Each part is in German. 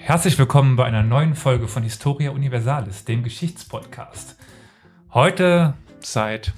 Herzlich willkommen bei einer neuen Folge von Historia Universalis, dem Geschichtspodcast. Heute seit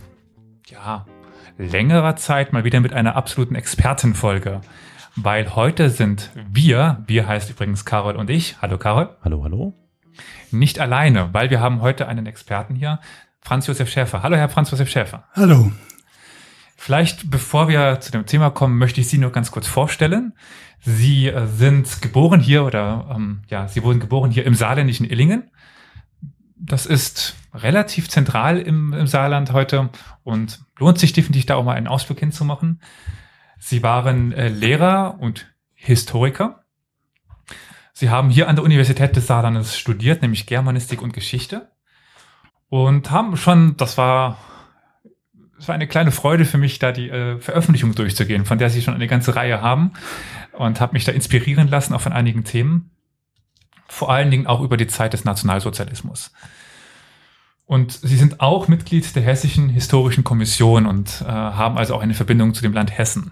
längerer Zeit mal wieder mit einer absoluten Expertenfolge, weil heute sind wir heißt übrigens Karol und ich, hallo Karol. Hallo. Nicht alleine, weil wir haben heute einen Experten hier, Franz Josef Schäfer. Hallo Herr Franz Josef Schäfer. Hallo. Vielleicht, bevor wir zu dem Thema kommen, möchte ich Sie nur ganz kurz vorstellen. Sie sind geboren hier Sie wurden geboren hier im saarländischen Illingen. Das ist relativ zentral im Saarland heute und lohnt sich definitiv da auch mal einen Ausflug hinzumachen. Sie waren Lehrer und Historiker. Sie haben hier an der Universität des Saarlandes studiert, nämlich Germanistik und Geschichte. Und haben schon, es war eine kleine Freude für mich, da die Veröffentlichung durchzugehen, von der Sie schon eine ganze Reihe haben. Und habe mich da inspirieren lassen, auch von einigen Themen. Vor allen Dingen auch über die Zeit des Nationalsozialismus. Und Sie sind auch Mitglied der Hessischen Historischen Kommission und haben also auch eine Verbindung zu dem Land Hessen.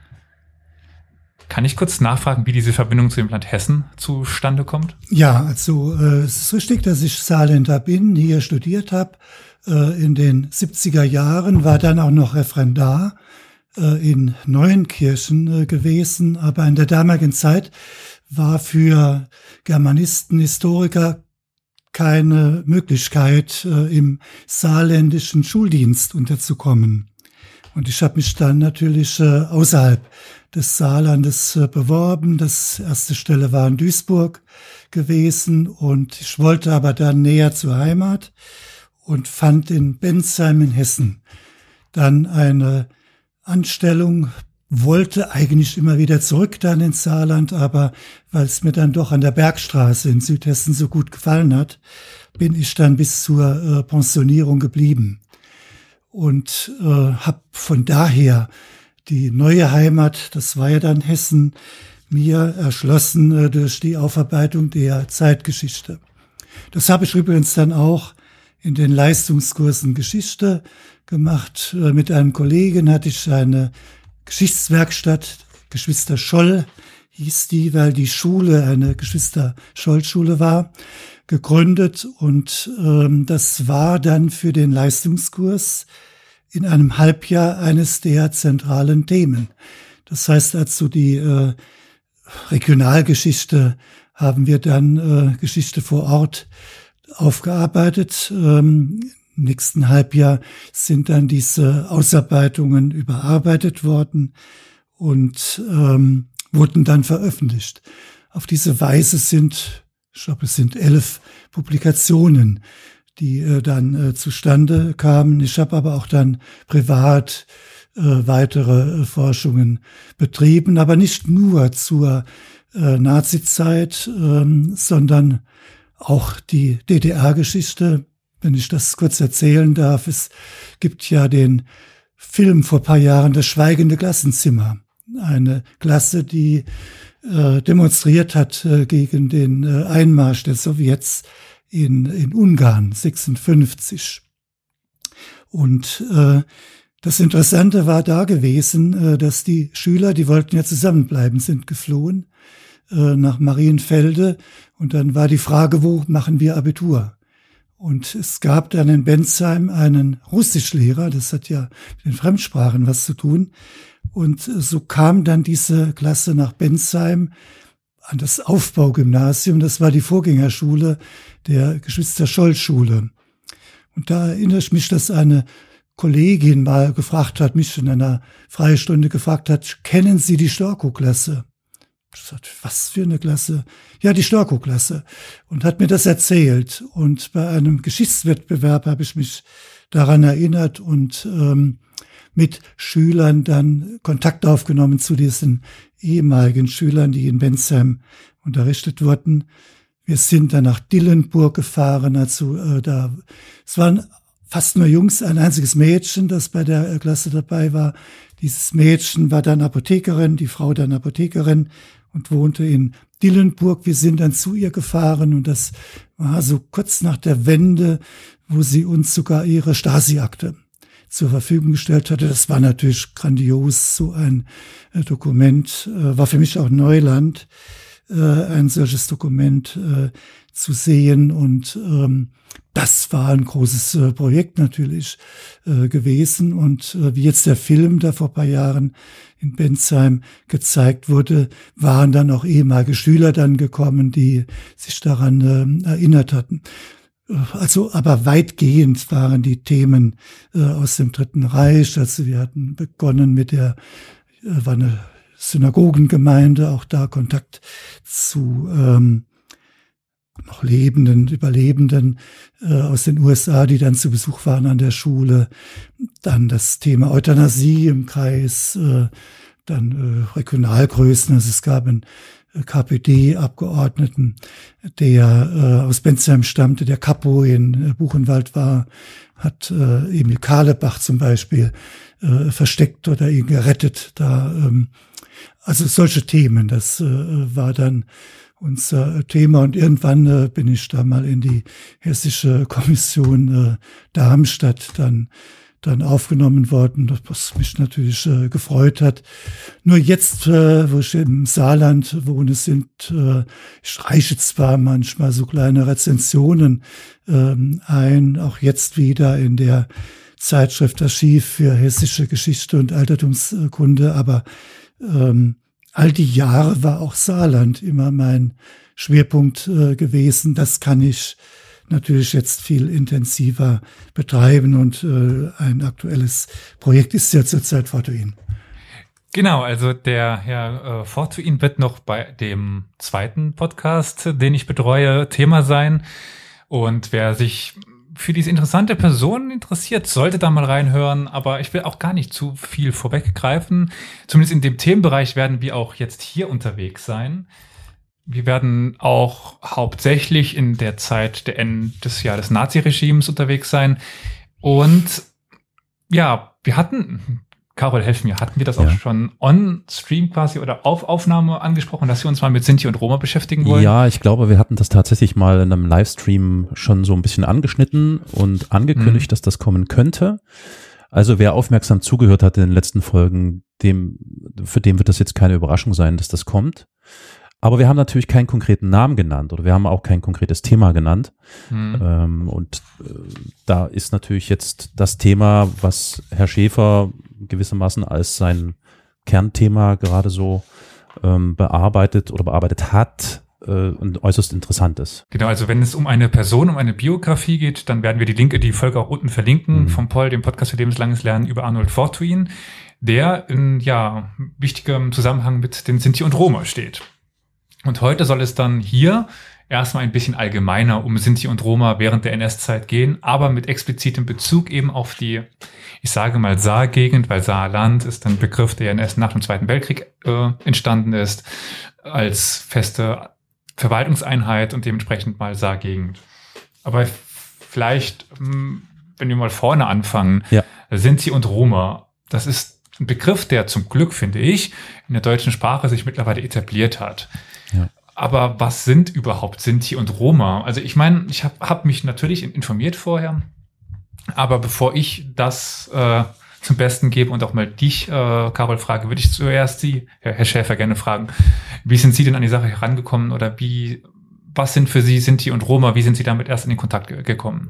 Kann ich kurz nachfragen, wie diese Verbindung zu dem Land Hessen zustande kommt? Ja, also es ist richtig, dass ich Saarländer bin, hier studiert habe. In den 70er Jahren war dann auch noch Referendar in Neuenkirchen gewesen. Aber in der damaligen Zeit war für Germanisten, Historiker keine Möglichkeit, im saarländischen Schuldienst unterzukommen. Und ich habe mich dann natürlich außerhalb des Saarlandes beworben. Das erste Stelle war in Duisburg gewesen und ich wollte aber dann näher zur Heimat und fand in Bensheim in Hessen dann eine Anstellung, wollte eigentlich immer wieder zurück dann ins Saarland, aber weil es mir dann doch an der Bergstraße in Südhessen so gut gefallen hat, bin ich dann bis zur Pensionierung geblieben. Und habe von daher die neue Heimat, das war ja dann Hessen, mir erschlossen durch die Aufarbeitung der Zeitgeschichte. Das habe ich übrigens dann auch in den Leistungskursen Geschichte gemacht. Mit einem Kollegen hatte ich eine Geschichtswerkstatt, Geschwister Scholl hieß die, weil die Schule eine Geschwister-Scholl-Schule war, gegründet. Und das war dann für den Leistungskurs in einem Halbjahr eines der zentralen Themen. Das heißt, also die Regionalgeschichte haben wir dann Geschichte vor Ort aufgearbeitet. Im nächsten Halbjahr sind dann diese Ausarbeitungen überarbeitet worden und wurden dann veröffentlicht. Auf diese Weise ich glaube, es sind 11 Publikationen, die dann zustande kamen. Ich habe aber auch dann privat weitere Forschungen betrieben, aber nicht nur zur Nazizeit, sondern auch die DDR-Geschichte, wenn ich das kurz erzählen darf. Es gibt ja den Film vor ein paar Jahren, Das schweigende Klassenzimmer. Eine Klasse, die demonstriert hat gegen den Einmarsch der Sowjets in Ungarn 56. Und das Interessante war da gewesen, dass die Schüler, die wollten ja zusammenbleiben, sind geflohen nach Marienfelde. Und dann war die Frage, wo machen wir Abitur? Und es gab dann in Bensheim einen Russischlehrer, das hat ja mit den Fremdsprachen was zu tun. Und so kam dann diese Klasse nach Bensheim an das Aufbaugymnasium. Das war die Vorgängerschule der Geschwister-Scholl-Schule. Und da erinnere ich mich, dass eine Kollegin mal gefragt hat, mich in einer Freistunde gefragt hat, kennen Sie die Storkow-Klasse? Ich sagte, was für eine Klasse? Ja, die Storkow-Klasse. Und hat mir das erzählt. Und bei einem Geschichtswettbewerb habe ich mich daran erinnert und mit Schülern dann Kontakt aufgenommen zu diesen ehemaligen Schülern, die in Bensheim unterrichtet wurden. Wir sind dann nach Dillenburg gefahren. Also es waren fast nur Jungs, ein einziges Mädchen, das bei der Klasse dabei war. Dieses Mädchen war dann Apothekerin, die Frau dann Apothekerin und wohnte in Dillenburg. Wir sind dann zu ihr gefahren und das war so kurz nach der Wende, wo sie uns sogar ihre Stasi-Akte zur Verfügung gestellt hatte. Das war natürlich grandios, so ein Dokument, war für mich auch Neuland. ein solches Dokument zu sehen. Und das war ein großes Projekt natürlich gewesen. Und wie jetzt der Film, der vor ein paar Jahren in Bensheim gezeigt wurde, waren dann auch ehemalige Schüler dann gekommen, die sich daran erinnert hatten. Also, aber weitgehend waren die Themen aus dem Dritten Reich. Also wir hatten begonnen mit war eine Synagogengemeinde, auch da Kontakt zu noch Überlebenden aus den USA, die dann zu Besuch waren an der Schule. Dann das Thema Euthanasie im Kreis, dann Regionalgrößen. Also es gab einen KPD-Abgeordneten, der aus Bensheim stammte, der Kapo in Buchenwald war, hat Emil Kahlebach zum Beispiel versteckt oder ihn gerettet. Also solche Themen, das war dann unser Thema. Und irgendwann bin ich da mal in die Hessische Kommission Darmstadt dann aufgenommen worden, was mich natürlich gefreut hat. Nur jetzt, wo ich im Saarland wohne, ich reiche zwar manchmal so kleine Rezensionen ein, auch jetzt wieder in der Zeitschrift Archiv für hessische Geschichte und Altertumskunde, aber all die Jahre war auch Saarland immer mein Schwerpunkt gewesen. Das kann ich natürlich jetzt viel intensiver betreiben und ein aktuelles Projekt ist ja zurzeit Fortuin. Genau, also der Herr Fortuin wird noch bei dem zweiten Podcast, den ich betreue, Thema sein. Und wer sich für diese interessante Person interessiert, sollte da mal reinhören. Aber ich will auch gar nicht zu viel vorweggreifen. Zumindest in dem Themenbereich werden wir auch jetzt hier unterwegs sein. Wir werden auch hauptsächlich in der Zeit des Naziregimes unterwegs sein. Und ja, wir hatten, Carol, helf mir, hatten wir das auch schon on-stream quasi oder auf Aufnahme angesprochen, dass wir uns mal mit Sinti und Roma beschäftigen wollen? Ja, ich glaube, wir hatten das tatsächlich mal in einem Livestream schon so ein bisschen angeschnitten und angekündigt, dass das kommen könnte. Also wer aufmerksam zugehört hat in den letzten Folgen, für den wird das jetzt keine Überraschung sein, dass das kommt. Aber wir haben natürlich keinen konkreten Namen genannt oder wir haben auch kein konkretes Thema genannt. Da ist natürlich jetzt das Thema, was Herr Schäfer gewissermaßen als sein Kernthema gerade so bearbeitet hat, ein äußerst interessantes. Genau, also wenn es um eine Person, um eine Biografie geht, dann werden wir die Folge auch unten verlinken, vom Poll, dem Podcast für lebenslanges Lernen über Arnold Fortuin, der in wichtigem Zusammenhang mit den Sinti und Roma steht. Und heute soll es dann hier erstmal ein bisschen allgemeiner um Sinti und Roma während der NS-Zeit gehen, aber mit explizitem Bezug eben auf die, ich sage mal Saargegend, weil Saarland ist ein Begriff, der in NS nach dem Zweiten Weltkrieg entstanden ist, als feste Verwaltungseinheit und dementsprechend mal Saargegend. Aber vielleicht, wenn wir mal vorne anfangen, Sinti und Roma, das ist ein Begriff, der zum Glück, finde ich, in der deutschen Sprache sich mittlerweile etabliert hat. Ja. Aber was sind überhaupt Sinti und Roma? Also ich meine, ich hab mich natürlich informiert vorher, aber bevor ich das zum Besten gebe und auch mal dich, Carol, frage, würde ich zuerst Sie, Herr Schäfer, gerne fragen, wie sind Sie denn an die Sache herangekommen oder was sind für Sie Sinti und Roma? Wie sind Sie damit erst in den Kontakt gekommen?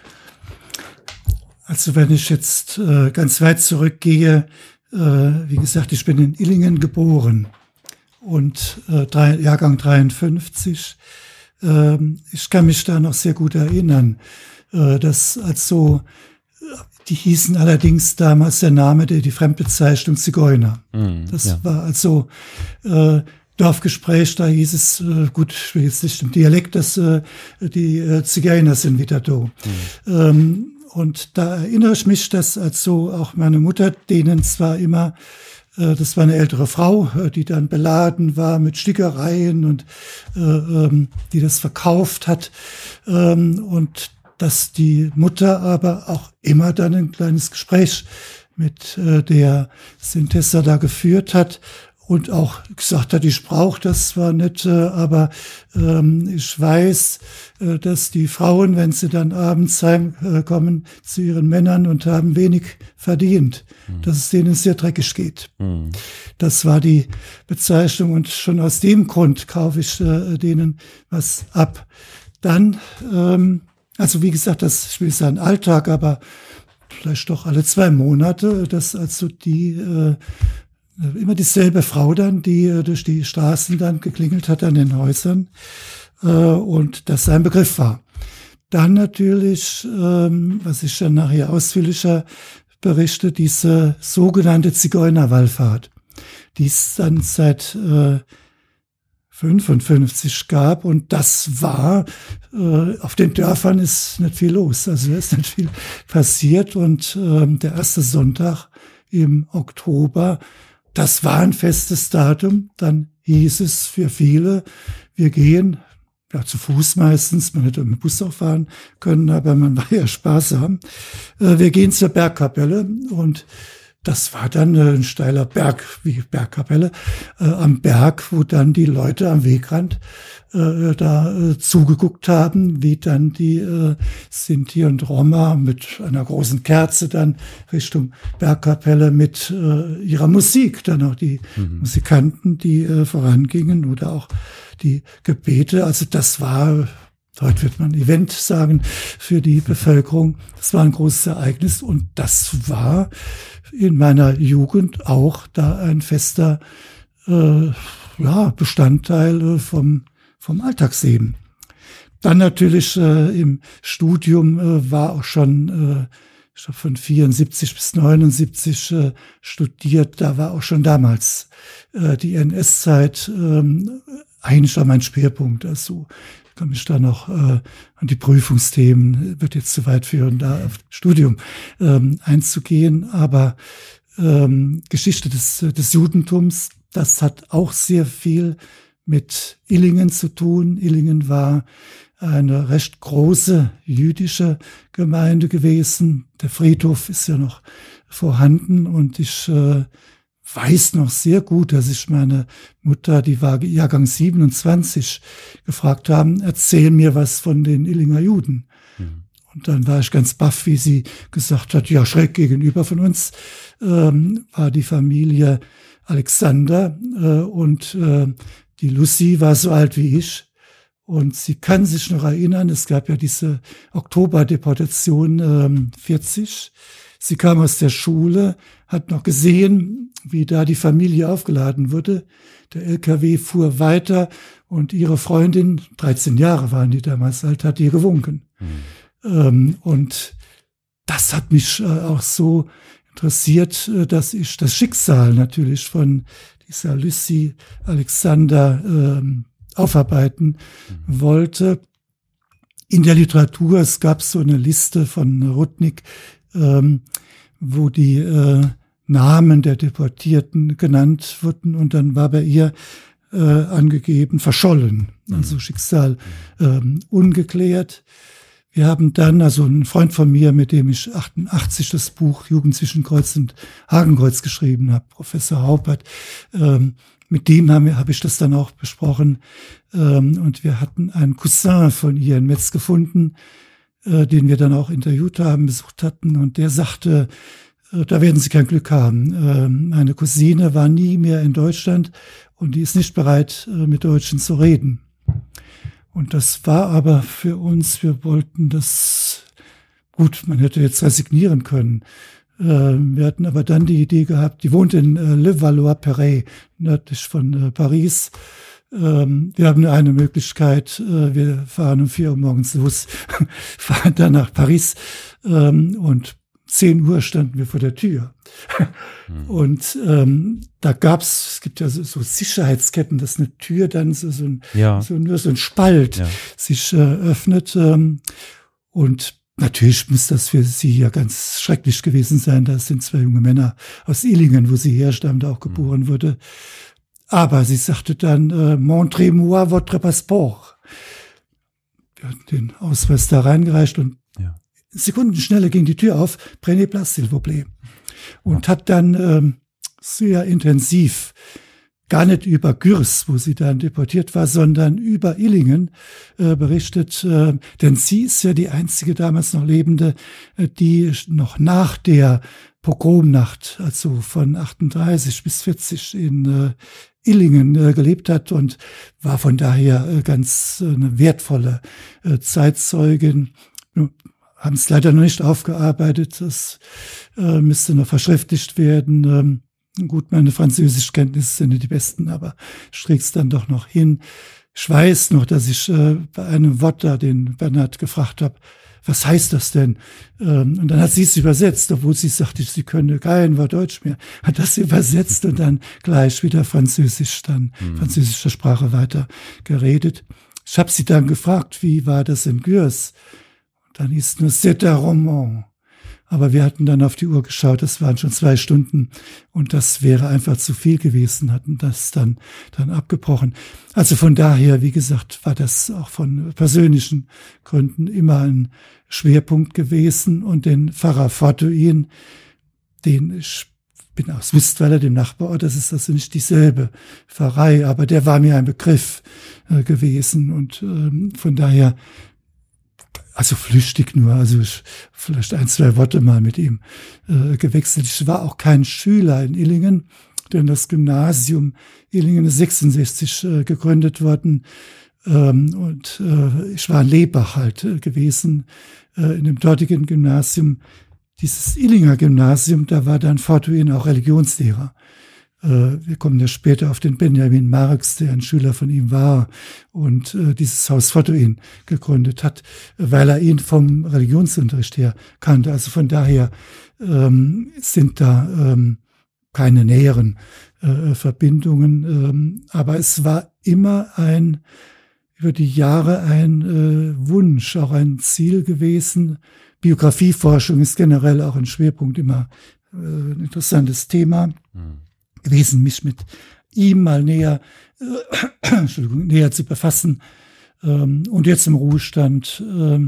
Also wenn ich jetzt ganz weit zurückgehe, wie gesagt, ich bin in Illingen geboren und Jahrgang 53. Ich kann mich da noch sehr gut erinnern, dass die hießen allerdings damals der Name, die Fremdbezeichnung Zigeuner. Das war also Dorfgespräch, da hieß es, gut, ich will jetzt nicht im Dialekt, dass die Zigeuner sind wieder da. Und da erinnere ich mich, dass also auch meine Mutter, denen zwar immer, das war eine ältere Frau, die dann beladen war mit Stickereien und die das verkauft hat, und dass die Mutter aber auch immer dann ein kleines Gespräch mit der Sintessa da geführt hat und auch gesagt hat, ich brauche das zwar nicht, aber ich weiß, dass die Frauen, wenn sie dann abends heimkommen zu ihren Männern und haben wenig verdient, dass es denen sehr dreckig geht. Das war die Bezeichnung und schon aus dem Grund kaufe ich denen was ab. Dann, also wie gesagt, das Spiel ist ein Alltag, aber vielleicht doch alle 2 Monate, dass also die immer dieselbe Frau dann, die durch die Straßen dann geklingelt hat an den Häusern und das sein Begriff war. Dann natürlich, was ich dann nachher ausführlicher berichte, diese sogenannte Zigeunerwallfahrt, die es dann seit 55 gab und das war, auf den Dörfern ist nicht viel los, also da ist nicht viel passiert und der erste Sonntag im Oktober, das war ein festes Datum, dann hieß es für viele, wir gehen, ja zu Fuß meistens, man hätte mit dem Bus auch fahren können, aber man war ja sparsam, wir gehen zur Bergkapelle und das war dann ein steiler Berg, wie Bergkapelle, am Berg, wo dann die Leute am Wegrand zugeguckt haben, wie dann die Sinti und Roma mit einer großen Kerze dann Richtung Bergkapelle mit ihrer Musik, dann auch die Musikanten, die vorangingen oder auch die Gebete. Also das war, heute wird man Event sagen, für die Bevölkerung. Das war ein großes Ereignis und das war in meiner Jugend auch da ein fester Bestandteil vom Alltagsleben. Dann natürlich im Studium war auch schon, ich habe von 74 bis 79 studiert, da war auch schon damals die NS-Zeit eigentlich auch mein Schwerpunkt. Also ich kann mich da noch an die Prüfungsthemen, wird jetzt zu weit führen, da auf das Studium einzugehen, aber Geschichte des Judentums, das hat auch sehr viel mit Illingen zu tun. Illingen war eine recht große jüdische Gemeinde gewesen. Der Friedhof ist ja noch vorhanden und ich weiß noch sehr gut, dass ich meine Mutter, die war Jahrgang 27, gefragt haben, erzähl mir was von den Illinger Juden. Und dann war ich ganz baff, wie sie gesagt hat, ja, schräg gegenüber von uns war die Familie Alexander und die Lucy war so alt wie ich. Und sie kann sich noch erinnern, es gab ja diese Oktoberdeportation 40. Sie kam aus der Schule, hat noch gesehen, wie da die Familie aufgeladen wurde. Der LKW fuhr weiter und ihre Freundin, 13 Jahre waren die damals alt, hat ihr gewunken. Und das hat mich auch so interessiert, dass ich das Schicksal natürlich von dieser Lucy Alexander aufarbeiten wollte. In der Literatur, es gab so eine Liste von Rudnick, wo die Namen der Deportierten genannt wurden und dann war bei ihr angegeben, verschollen, also Schicksal ungeklärt. Wir haben dann, also ein Freund von mir, mit dem ich 88 das Buch Jugend zwischen Kreuz und Hakenkreuz geschrieben habe, Professor Haupert, mit dem habe ich das dann auch besprochen. Und wir hatten einen Cousin von ihr in Metz gefunden, den wir dann auch interviewt haben, besucht hatten. Und der sagte, da werden Sie kein Glück haben. Meine Cousine war nie mehr in Deutschland und die ist nicht bereit, mit Deutschen zu reden. Und das war aber für uns, wir wollten das, gut, man hätte jetzt resignieren können. Wir hatten aber dann die Idee gehabt, die wohnt in Le Valois-Perret, nördlich von Paris. Wir haben eine Möglichkeit, wir fahren um 4 Uhr morgens los, fahren dann nach Paris und 10 Uhr standen wir vor der Tür. Und da es gibt ja so Sicherheitsketten, dass eine Tür dann nur so ein Spalt sich öffnet. Und natürlich muss das für sie ja ganz schrecklich gewesen sein. Das sind 2 junge Männer aus Illingen, wo sie herstammt, auch geboren wurde. Aber sie sagte dann, montrez-moi votre passeport. Wir hatten den Ausweis da reingereicht und Sekundenschnelle ging die Tür auf, prenez place, s'il vous plaît. Und hat dann sehr intensiv gar nicht über Gürs, wo sie dann deportiert war, sondern über Illingen berichtet. Denn sie ist ja die einzige damals noch Lebende, die noch nach der Pogromnacht, also von 38 bis 40 in Illingen gelebt hat und war von daher ganz eine wertvolle Zeitzeugin. Haben es leider noch nicht aufgearbeitet. Das müsste noch verschriftlicht werden. Gut, meine Französischkenntnisse sind nicht die besten, aber ich krieg's dann doch noch hin. Ich weiß noch, dass ich bei einem Wort da den Bernhard gefragt habe, was heißt das denn? Und dann hat sie es übersetzt, obwohl sie sagte, sie könne kein Wort Deutsch mehr. Hat das übersetzt und dann gleich wieder französischer Sprache weiter geredet. Ich habe sie dann gefragt, wie war das in Gürs? Und dann hieß es nur, c'est un roman. Aber wir hatten dann auf die Uhr geschaut, das waren schon 2 Stunden und das wäre einfach zu viel gewesen, hatten das dann abgebrochen. Also von daher, wie gesagt, war das auch von persönlichen Gründen immer ein Schwerpunkt gewesen und den Pfarrer Fortuin, ich bin aus Wistweiler, dem Nachbarort, das ist also nicht dieselbe Pfarrei, aber der war mir ein Begriff gewesen und von daher also flüchtig nur, also ich vielleicht 1, 2 Worte mal mit ihm gewechselt. Ich war auch kein Schüler in Illingen, denn das Gymnasium Illingen ist 66 gegründet worden und ich war in Lebach halt gewesen, in dem dortigen Gymnasium. Dieses Illinger Gymnasium, da war dann Fortuin auch Religionslehrer. Wir kommen ja später auf den Benjamin Marx, der ein Schüler von ihm war und dieses Haus Fortuin gegründet hat, weil er ihn vom Religionsunterricht her kannte. Also von daher sind da keine näheren Verbindungen. Aber es war immer über die Jahre ein Wunsch, auch ein Ziel gewesen. Biografieforschung ist generell auch ein Schwerpunkt, immer ein interessantes Thema gewesen, mich mit ihm mal näher zu befassen. Und jetzt im Ruhestand,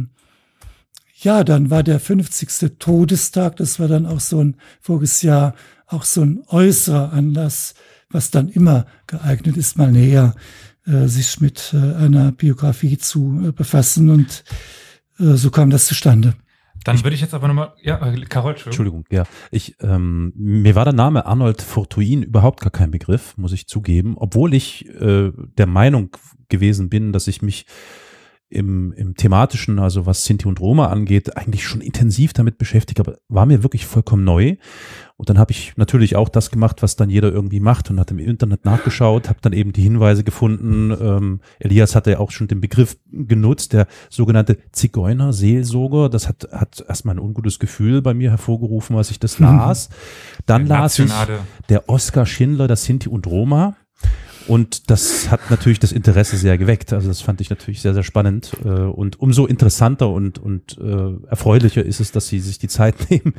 dann war der 50. Todestag, das war dann auch so ein voriges Jahr, auch so ein äußerer Anlass, was dann immer geeignet ist, mal näher sich mit einer Biografie zu befassen. Und so kam das zustande. Dann würde ich jetzt aber nochmal, Carol, Entschuldigung, ja. Mir war der Name Arnold Fortuin überhaupt gar kein Begriff, muss ich zugeben, obwohl ich der Meinung gewesen bin, dass ich mich im Thematischen, also was Sinti und Roma angeht, eigentlich schon intensiv damit beschäftigt, aber war mir wirklich vollkommen neu. Und dann habe ich natürlich auch das gemacht, was dann jeder irgendwie macht und hat im Internet nachgeschaut, habe dann eben die Hinweise gefunden. Elias hatte ja auch schon den Begriff genutzt, der sogenannte Zigeuner-Seelsorger. Das hat erstmal ein ungutes Gefühl bei mir hervorgerufen, als ich das las. Dann las ich der Oskar Schindler, das Sinti und Roma. Und das hat natürlich das Interesse sehr geweckt. Also das fand ich natürlich sehr, sehr spannend. Und umso interessanter und erfreulicher ist es, dass Sie sich die Zeit nehmen,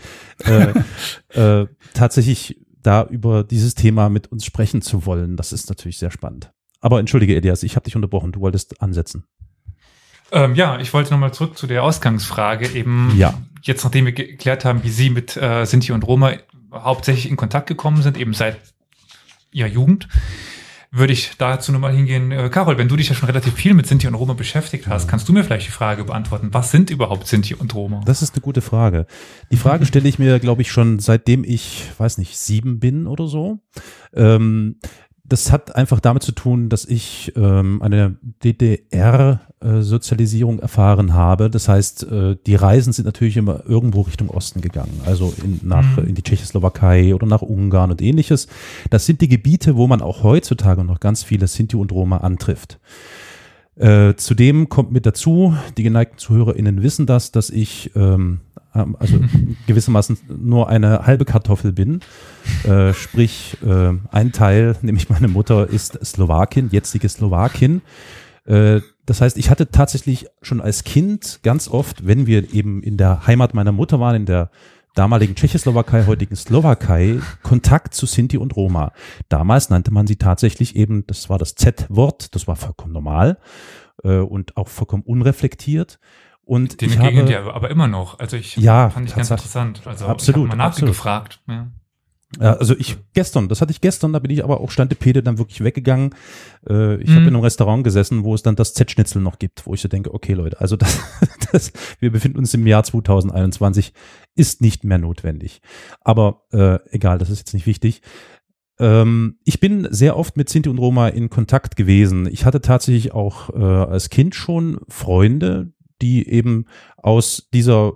tatsächlich da über dieses Thema mit uns sprechen zu wollen. Das ist natürlich sehr spannend. Aber entschuldige, Elias, ich habe dich unterbrochen. Du wolltest ansetzen. Ich wollte nochmal zurück zu der Ausgangsfrage eben. Ja. Jetzt, nachdem wir geklärt haben, wie Sie mit Sinti und Roma hauptsächlich in Kontakt gekommen sind, eben seit Ihrer Jugend, würde ich dazu nochmal hingehen. Carol, wenn du dich ja schon relativ viel mit Sinti und Roma beschäftigt hast, kannst du mir vielleicht die Frage beantworten, was sind überhaupt Sinti und Roma? Das ist eine gute Frage. Die Frage stelle ich mir, glaube ich, schon seitdem ich, 7 bin oder so. Das hat einfach damit zu tun, dass ich eine DDR-Sozialisierung erfahren habe. Das heißt, die Reisen sind natürlich immer irgendwo Richtung Osten gegangen, also in die Tschechoslowakei oder nach Ungarn und ähnliches. Das sind die Gebiete, wo man auch heutzutage noch ganz viele Sinti und Roma antrifft. Zudem kommt mit dazu, die geneigten ZuhörerInnen wissen das, dass ich gewissermaßen nur eine halbe Kartoffel bin. Sprich, ein Teil, nämlich meine Mutter, ist Slowakin, jetzige Slowakin. Das heißt, ich hatte tatsächlich schon als Kind ganz oft, wenn wir eben in der Heimat meiner Mutter waren, in der damaligen Tschechoslowakei, heutigen Slowakei, Kontakt zu Sinti und Roma. Damals nannte man sie tatsächlich eben, das war das Z-Wort, das war vollkommen normal und auch vollkommen unreflektiert. Und den begegnen die aber immer noch. Also fand ich ganz interessant. Also absolut, ich habe mal nachgefragt. Ja. Ja, also das hatte ich gestern, da bin ich aber auch Standepede dann wirklich weggegangen. Ich habe in einem Restaurant gesessen, wo es dann das Z-Schnitzel noch gibt, wo ich so denke, okay Leute, also wir befinden uns im Jahr 2021, ist nicht mehr notwendig. Aber egal, das ist jetzt nicht wichtig. Ich bin sehr oft mit Sinti und Roma in Kontakt gewesen. Ich hatte tatsächlich auch als Kind schon Freunde, die eben aus dieser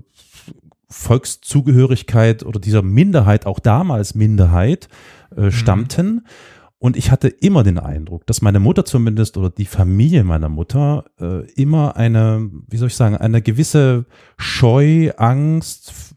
Volkszugehörigkeit oder dieser Minderheit, auch damals Minderheit, stammten. Und ich hatte immer den Eindruck, dass meine Mutter zumindest oder die Familie meiner Mutter immer eine gewisse Scheu, Angst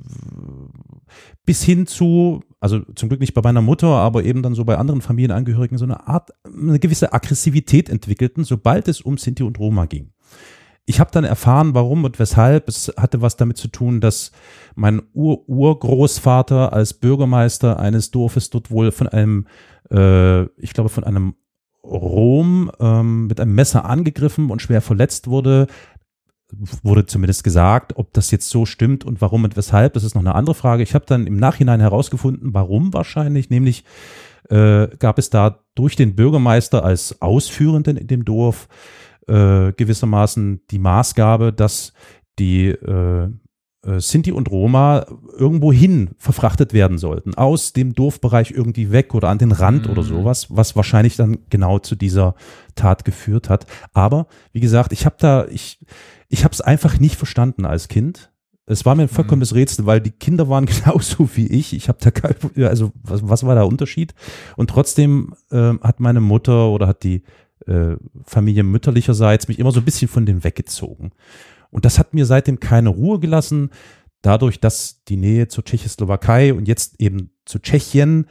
bis hin zu, also zum Glück nicht bei meiner Mutter, aber eben dann so bei anderen Familienangehörigen so eine gewisse Aggressivität entwickelten, sobald es um Sinti und Roma ging. Ich habe dann erfahren, warum und weshalb. Es hatte was damit zu tun, dass mein Urgroßvater als Bürgermeister eines Dorfes dort wohl von einem, ich glaube von einem Rom mit einem Messer angegriffen und schwer verletzt wurde. Wurde zumindest gesagt, ob das jetzt so stimmt und warum und weshalb, das ist noch eine andere Frage. Ich habe dann im Nachhinein herausgefunden, warum wahrscheinlich, nämlich gab es da durch den Bürgermeister als Ausführenden in dem Dorf gewissermaßen die Maßgabe, dass die Sinti und Roma irgendwo hin verfrachtet werden sollten, aus dem Dorfbereich irgendwie weg oder an den Rand oder sowas, was wahrscheinlich dann genau zu dieser Tat geführt hat. Aber wie gesagt, ich habe es einfach nicht verstanden als Kind. Es war mir ein vollkommenes Rätsel, weil die Kinder waren genauso wie ich. Ich habe da also was war der Unterschied? Und trotzdem hat meine Mutter oder hat die Familie mütterlicherseits mich immer so ein bisschen von dem weggezogen. Und das hat mir seitdem keine Ruhe gelassen, dadurch, dass die Nähe zur Tschechoslowakei und jetzt eben zu Tschechien,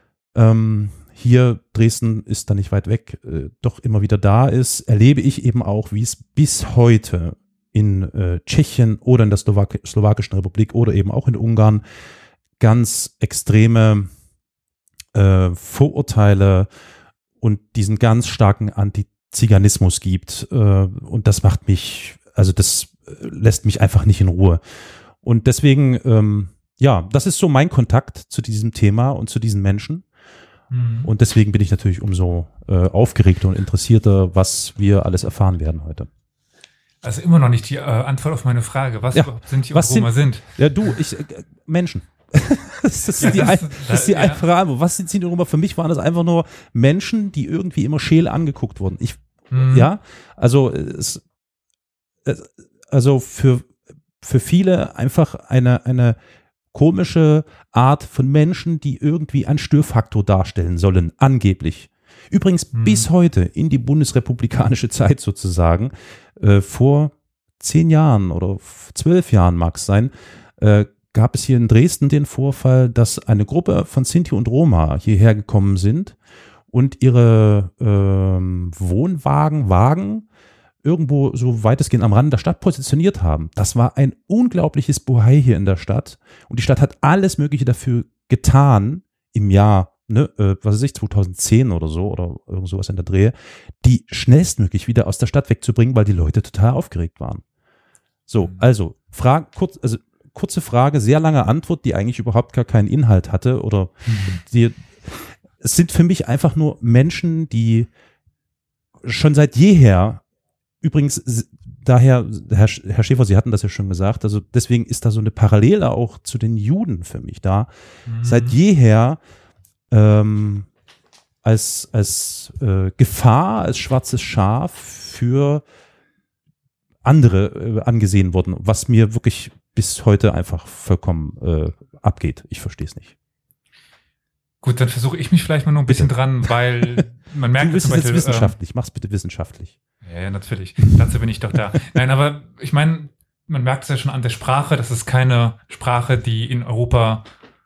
hier Dresden ist da nicht weit weg, doch immer wieder da ist, erlebe ich eben auch, wie es bis heute in Tschechien oder in der Slowakischen Republik oder eben auch in Ungarn ganz extreme Vorurteile und diesen ganz starken Antiziganismus gibt. Und das macht mich, also das lässt mich einfach nicht in Ruhe. Und deswegen, das ist so mein Kontakt zu diesem Thema und zu diesen Menschen. Und deswegen bin ich natürlich umso aufgeregter und interessierter, was wir alles erfahren werden heute. Also immer noch nicht die Antwort auf meine Frage, was Sinti und Roma sind. Ja, Menschen. Das ist die einfache Antwort. Was sind Sinti und Roma? Für mich waren das einfach nur Menschen, die irgendwie immer scheel angeguckt wurden. Also für viele einfach eine komische Art von Menschen, die irgendwie einen Störfaktor darstellen sollen, angeblich. Übrigens bis heute in die bundesrepublikanische Zeit sozusagen, vor 10 Jahren oder 12 Jahren mag es sein, gab es hier in Dresden den Vorfall, dass eine Gruppe von Sinti und Roma hierher gekommen sind und ihre Wagen irgendwo so weitestgehend am Rand der Stadt positioniert haben. Das war ein unglaubliches Bohai hier in der Stadt und die Stadt hat alles Mögliche dafür getan im Jahr 2010 oder so oder irgend sowas in der Drehe, die schnellstmöglich wieder aus der Stadt wegzubringen, weil die Leute total aufgeregt waren. So, also kurze Frage, sehr lange Antwort, die eigentlich überhaupt gar keinen Inhalt hatte oder es sind für mich einfach nur Menschen, die schon seit jeher, übrigens daher, Herr Schäfer, Sie hatten das ja schon gesagt, also deswegen ist da so eine Parallele auch zu den Juden für mich da, seit jeher als Gefahr, als schwarzes Schaf für andere angesehen wurden, was mir wirklich bis heute einfach vollkommen abgeht. Ich verstehe es nicht. Gut, dann versuche ich mich vielleicht mal noch ein bisschen dran, weil man merkt, du bist jetzt wissenschaftlich, mach's bitte wissenschaftlich. Ja, natürlich. Dazu bin ich doch da. Nein, aber ich meine, man merkt es ja schon an der Sprache, das ist keine Sprache, die in Europa,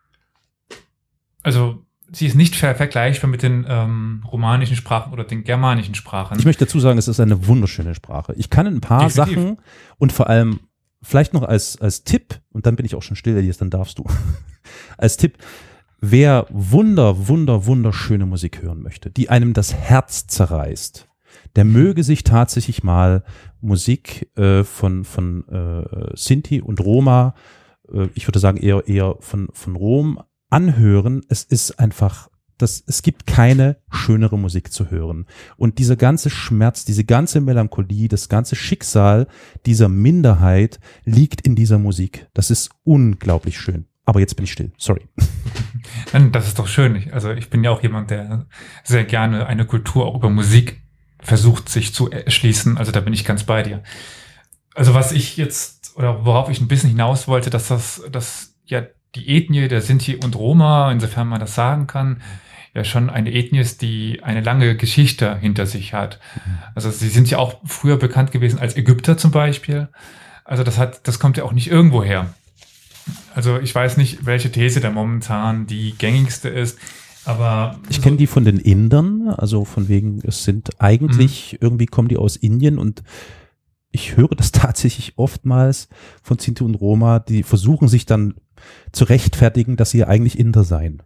also sie ist nicht vergleichbar mit den romanischen Sprachen oder den germanischen Sprachen. Ich möchte dazu sagen, es ist eine wunderschöne Sprache. Ich kann ein paar Sachen und vor allem vielleicht noch als Tipp, und dann bin ich auch schon still, Elias, dann darfst du. Als Tipp, wer wunderschöne Musik hören möchte, die einem das Herz zerreißt, der möge sich tatsächlich mal Musik von Sinti und Roma, ich würde sagen eher von Rom, anhören, es ist einfach, es gibt keine schönere Musik zu hören. Und dieser ganze Schmerz, diese ganze Melancholie, das ganze Schicksal dieser Minderheit liegt in dieser Musik. Das ist unglaublich schön. Aber jetzt bin ich still, sorry. Das ist doch schön. Also ich bin ja auch jemand, der sehr gerne eine Kultur auch über Musik versucht, sich zu erschließen. Also da bin ich ganz bei dir. Also was ich jetzt, oder worauf ich ein bisschen hinaus wollte, dass ja die Ethnie der Sinti und Roma, insofern man das sagen kann, ja schon eine Ethnie ist, die eine lange Geschichte hinter sich hat. Also sie sind ja auch früher bekannt gewesen als Ägypter zum Beispiel. Also das kommt ja auch nicht irgendwo her. Also ich weiß nicht, welche These da momentan die gängigste ist, aber... Ich kenne die von den Indern, also von wegen, es sind eigentlich, irgendwie kommen die aus Indien und ich höre das tatsächlich oftmals von Sinti und Roma, die versuchen sich dann zu rechtfertigen, dass sie eigentlich Inder seien.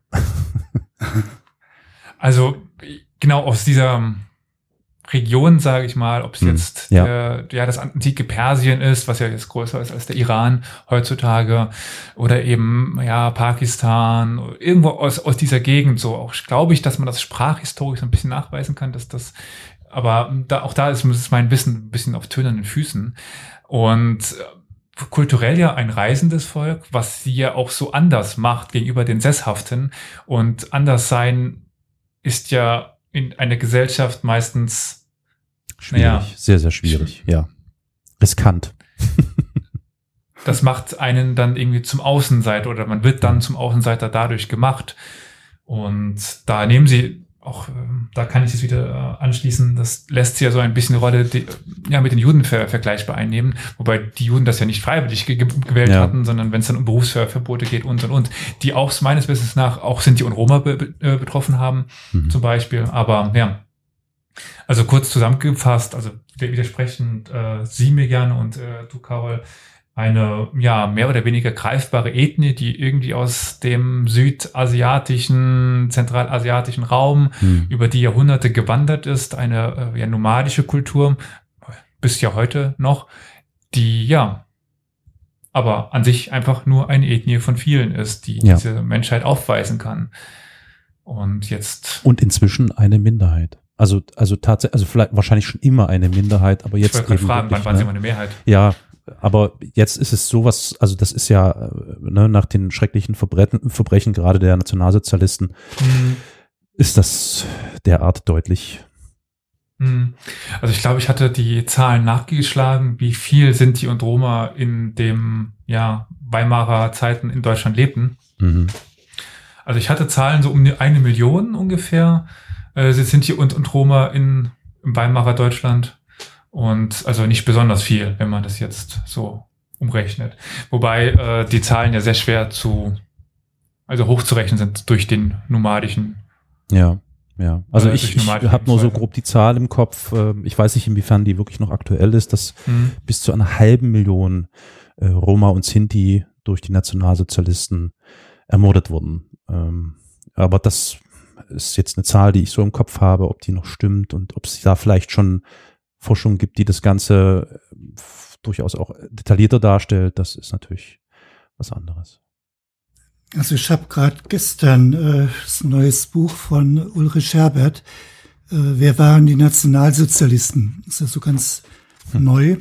Also genau aus dieser Region, sage ich mal, ob es jetzt das antike Persien ist, was ja jetzt größer ist als der Iran heutzutage, oder eben Pakistan, irgendwo aus dieser Gegend, so auch glaube ich, dass man das sprachhistorisch so ein bisschen nachweisen kann, dass das, aber da ist mein Wissen ein bisschen auf tönernen Füßen und kulturell ja ein reisendes Volk, was sie ja auch so anders macht gegenüber den Sesshaften, und anders sein ist ja in einer Gesellschaft meistens schwierig, sehr, sehr schwierig, ja. Riskant. Das macht einen dann irgendwie zum Außenseiter, oder man wird dann zum Außenseiter dadurch gemacht. Und da nehmen sie auch, da kann ich es wieder anschließen, das lässt sie ja so ein bisschen eine Rolle mit den Juden vergleichbar einnehmen, wobei die Juden das ja nicht freiwillig gewählt hatten, sondern wenn es dann um Berufsverbote geht und, die auch meines Wissens nach auch Sinti und Roma betroffen haben, zum Beispiel. Aber also kurz zusammengefasst, also widersprechend Sie mir gerne und du, Carol, eine mehr oder weniger greifbare Ethnie, die irgendwie aus dem südasiatischen, zentralasiatischen Raum über die Jahrhunderte gewandert ist, eine nomadische Kultur, bis ja heute noch, die aber an sich einfach nur eine Ethnie von vielen ist, die diese Menschheit aufweisen kann. Und inzwischen eine Minderheit. Also tatsächlich, also vielleicht wahrscheinlich schon immer eine Minderheit, aber jetzt. Ich wollte fragen, wann waren sie mal eine Mehrheit? Ja. Aber jetzt ist es sowas, also das ist ja nach den schrecklichen Verbrechen gerade der Nationalsozialisten, ist das derart deutlich. Also ich glaube, ich hatte die Zahlen nachgeschlagen, wie viel Sinti und Roma in dem Weimarer Zeiten in Deutschland lebten. Also ich hatte Zahlen so um 1 Million ungefähr, Sinti und Roma im Weimarer Deutschland. Und also nicht besonders viel, wenn man das jetzt so umrechnet. Wobei die Zahlen ja sehr schwer hochzurechnen sind durch den nomadischen. Ja. Also ich habe nur so grob die Zahl im Kopf. Ich weiß nicht, inwiefern die wirklich noch aktuell ist, dass bis zu 500.000 Roma und Sinti durch die Nationalsozialisten ermordet wurden. Aber das ist jetzt eine Zahl, die ich so im Kopf habe, ob die noch stimmt und ob es da vielleicht schon Forschung gibt, die das Ganze durchaus auch detaillierter darstellt, das ist natürlich was anderes. Also ich habe gerade gestern das neues Buch von Ulrich Herbert, Wer waren die Nationalsozialisten? Das ist ja so ganz neu.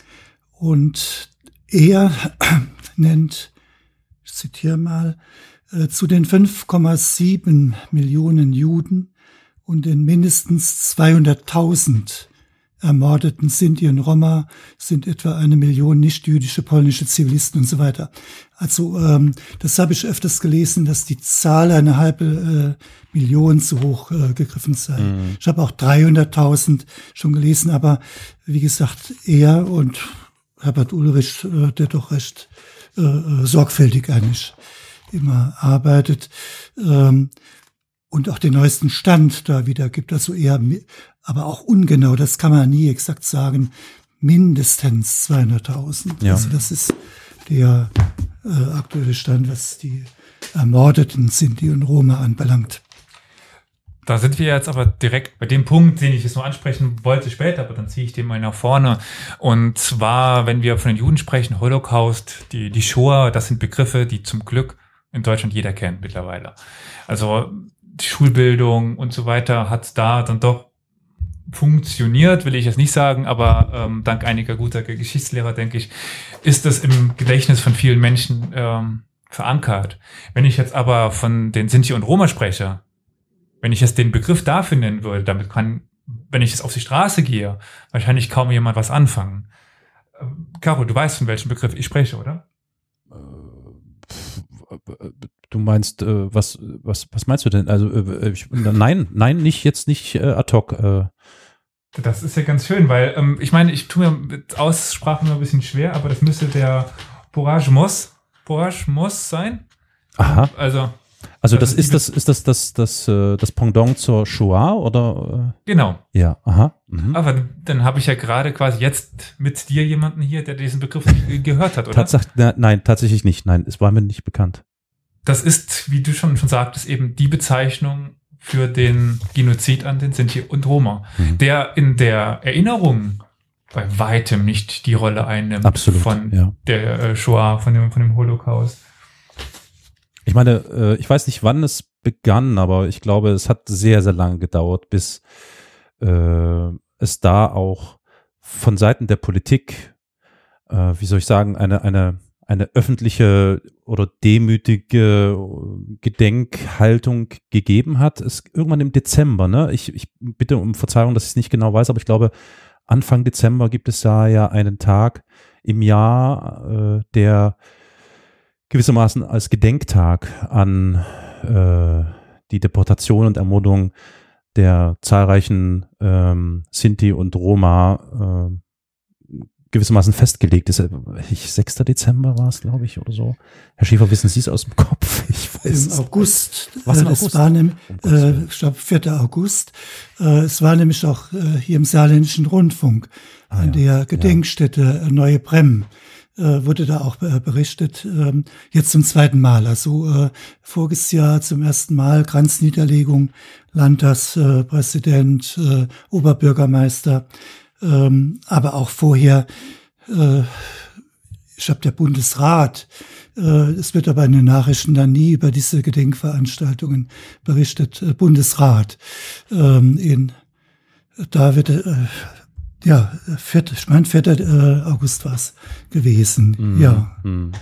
Und er nennt, ich zitiere mal, zu den 5,7 Millionen Juden und den mindestens 200.000 ermordeten Sinti und Roma sind etwa 1 Million nicht-jüdische polnische Zivilisten und so weiter. Also das habe ich öfters gelesen, dass die Zahl 1,5 Millionen zu hoch gegriffen sei. Ich habe auch 300.000 schon gelesen, aber wie gesagt, er und Herbert Ulrich, der doch recht sorgfältig eigentlich immer arbeitet und auch den neuesten Stand da wieder gibt, also eher, aber auch ungenau, das kann man nie exakt sagen, mindestens 200.000. Ja. Also das ist der aktuelle Stand, was die Ermordeten Sinti und Roma anbelangt. Da sind wir jetzt aber direkt bei dem Punkt, den ich jetzt nur ansprechen wollte später, aber dann ziehe ich den mal nach vorne. Und zwar, wenn wir von den Juden sprechen, Holocaust, die Shoah, das sind Begriffe, die zum Glück in Deutschland jeder kennt mittlerweile. Also die Schulbildung und so weiter hat da dann doch funktioniert, will ich jetzt nicht sagen, aber dank einiger guter Geschichtslehrer, denke ich, ist das im Gedächtnis von vielen Menschen verankert. Wenn ich jetzt aber von den Sinti und Roma spreche, wenn ich jetzt den Begriff dafür nennen würde, damit kann, wenn ich jetzt auf die Straße gehe, wahrscheinlich kaum jemand was anfangen. Caro, du weißt, von welchem Begriff ich spreche, oder? Du meinst, was meinst du denn? Also, nein, nicht ad hoc. Das ist ja ganz schön, weil ich meine, ich tue mir mit Aussprachen ein bisschen schwer, aber das müsste der Porajmos sein. Aha. Also das ist das Pendant zur Shoah oder? Genau. Ja, aha. Mhm. Aber dann habe ich ja gerade quasi jetzt mit dir jemanden hier, der diesen Begriff gehört hat, oder? Nein, tatsächlich nicht. Nein, es war mir nicht bekannt. Das ist, wie du schon sagtest, eben die Bezeichnung für den Genozid an den Sinti und Roma, der in der Erinnerung bei weitem nicht die Rolle einnimmt. Absolut, von der Shoah, von dem Holocaust. Ich meine, ich weiß nicht, wann es begann, aber ich glaube, es hat sehr, sehr lange gedauert, bis es da auch von Seiten der Politik, wie soll ich sagen, eine öffentliche oder demütige Gedenkhaltung gegeben hat. Es irgendwann im Dezember, ne? Ich bitte um Verzeihung, dass ich es nicht genau weiß, aber ich glaube, Anfang Dezember gibt es da ja einen Tag im Jahr, der gewissermaßen als Gedenktag an die Deportation und Ermordung der zahlreichen Sinti und Roma gewissermaßen festgelegt ist. 6. Dezember war es, glaube ich, oder so. Herr Schäfer, wissen Sie es aus dem Kopf? Ich weiß Im August. Was im das August? war nämlich, ich glaube, 4. August. Es war nämlich auch hier im Saarländischen Rundfunk an der Gedenkstätte Neue Bremm. Wurde da auch berichtet, jetzt zum 2. Mal. Also voriges Jahr zum 1. Mal Kranzniederlegung, Landtagspräsident, Oberbürgermeister, aber auch vorher, ich glaube, der Bundesrat, es wird aber in den Nachrichten dann nie über diese Gedenkveranstaltungen berichtet, Bundesrat, da wird, 4. August war es gewesen, ja.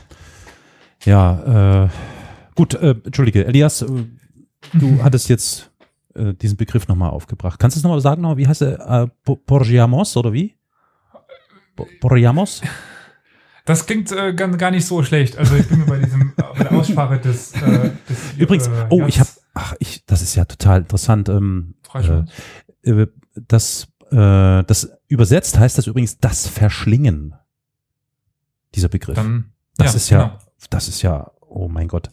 Ja, gut, entschuldige, Elias, du hattest jetzt diesen Begriff nochmal aufgebracht. Kannst du es nochmal sagen? Wie heißt er? Porajmos oder wie? Porajmos? Das klingt gar nicht so schlecht. Also ich bin mir bei der Aussprache des Übrigens, das ist ja total interessant. Das übersetzt heißt das übrigens das Verschlingen. Dieser Begriff. Das ist ja, oh mein Gott.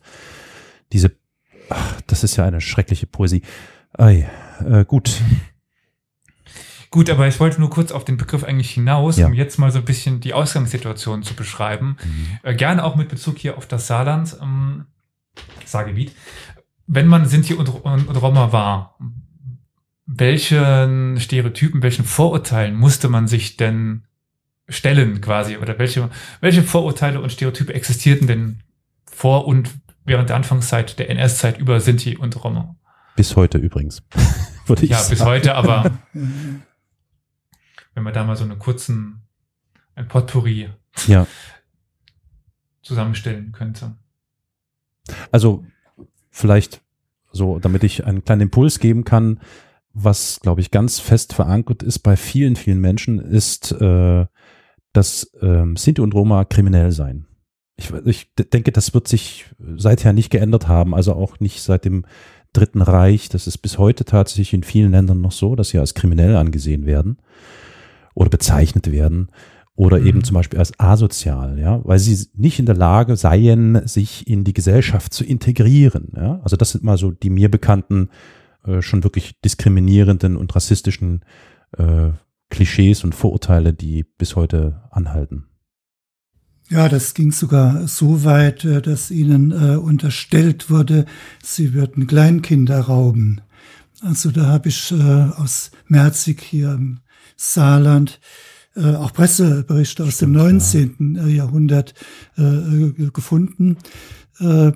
Das ist ja eine schreckliche Poesie. Gut. Gut, aber ich wollte nur kurz auf den Begriff eigentlich hinaus, um jetzt mal so ein bisschen die Ausgangssituation zu beschreiben. Gerne auch mit Bezug hier auf das Saarland, Saargebiet. Wenn man Sinti und Roma war, welchen Stereotypen, welchen Vorurteilen musste man sich denn stellen quasi? Oder welche Vorurteile und Stereotype existierten denn vor und während der Anfangszeit der NS-Zeit über Sinti und Roma? Bis heute übrigens, würde ich sagen. Ja, bis heute, aber wenn man da mal so ein Potpourri zusammenstellen könnte. Also vielleicht so, damit ich einen kleinen Impuls geben kann, was, glaube ich, ganz fest verankert ist bei vielen, vielen Menschen, ist, dass Sinti und Roma kriminell sein. Ich denke, das wird sich seither nicht geändert haben, also auch nicht seit dem Dritten Reich. Das ist bis heute tatsächlich in vielen Ländern noch so, dass sie als kriminell angesehen werden oder bezeichnet werden oder eben zum Beispiel als asozial, ja, weil sie nicht in der Lage seien, sich in die Gesellschaft zu integrieren. Ja? Also das sind mal so die mir bekannten, schon wirklich diskriminierenden und rassistischen Klischees und Vorurteile, die bis heute anhalten. Ja, das ging sogar so weit, dass ihnen unterstellt wurde, sie würden Kleinkinder rauben. Also da habe ich aus Merzig hier im Saarland auch Presseberichte aus dem 19. Jahrhundert gefunden. Da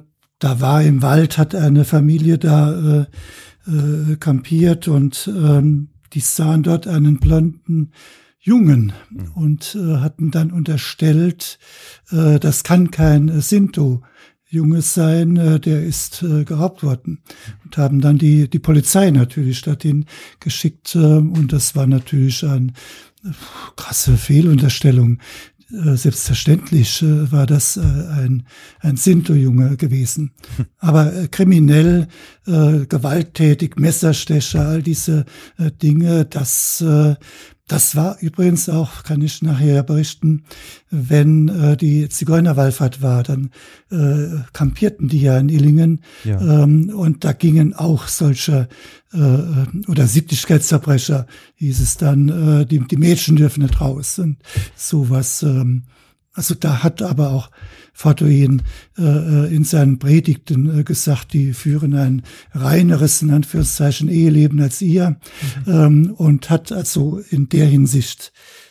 da war im Wald, hat eine Familie da kampiert und die sahen dort einen blonden Jungen und hatten dann unterstellt, das kann kein Sinto-Junge sein, der ist geraubt worden. Und haben dann die Polizei natürlich dorthin geschickt und das war natürlich eine krasse Fehlunterstellung. Selbstverständlich war das ein Sinto-Junge gewesen. Aber kriminell, gewalttätig, Messerstecher, all diese Dinge, das war übrigens auch, kann ich nachher berichten, wenn die Zigeunerwallfahrt war, dann kampierten die ja in Illingen und da gingen auch solche oder Sittlichkeitsverbrecher, hieß es dann, die Mädchen dürfen nicht raus und sowas. Also da hat aber auch Fortuyn in seinen Predigten gesagt, die führen ein reineres, in Anführungszeichen, Eheleben als ihr und hat also in der Hinsicht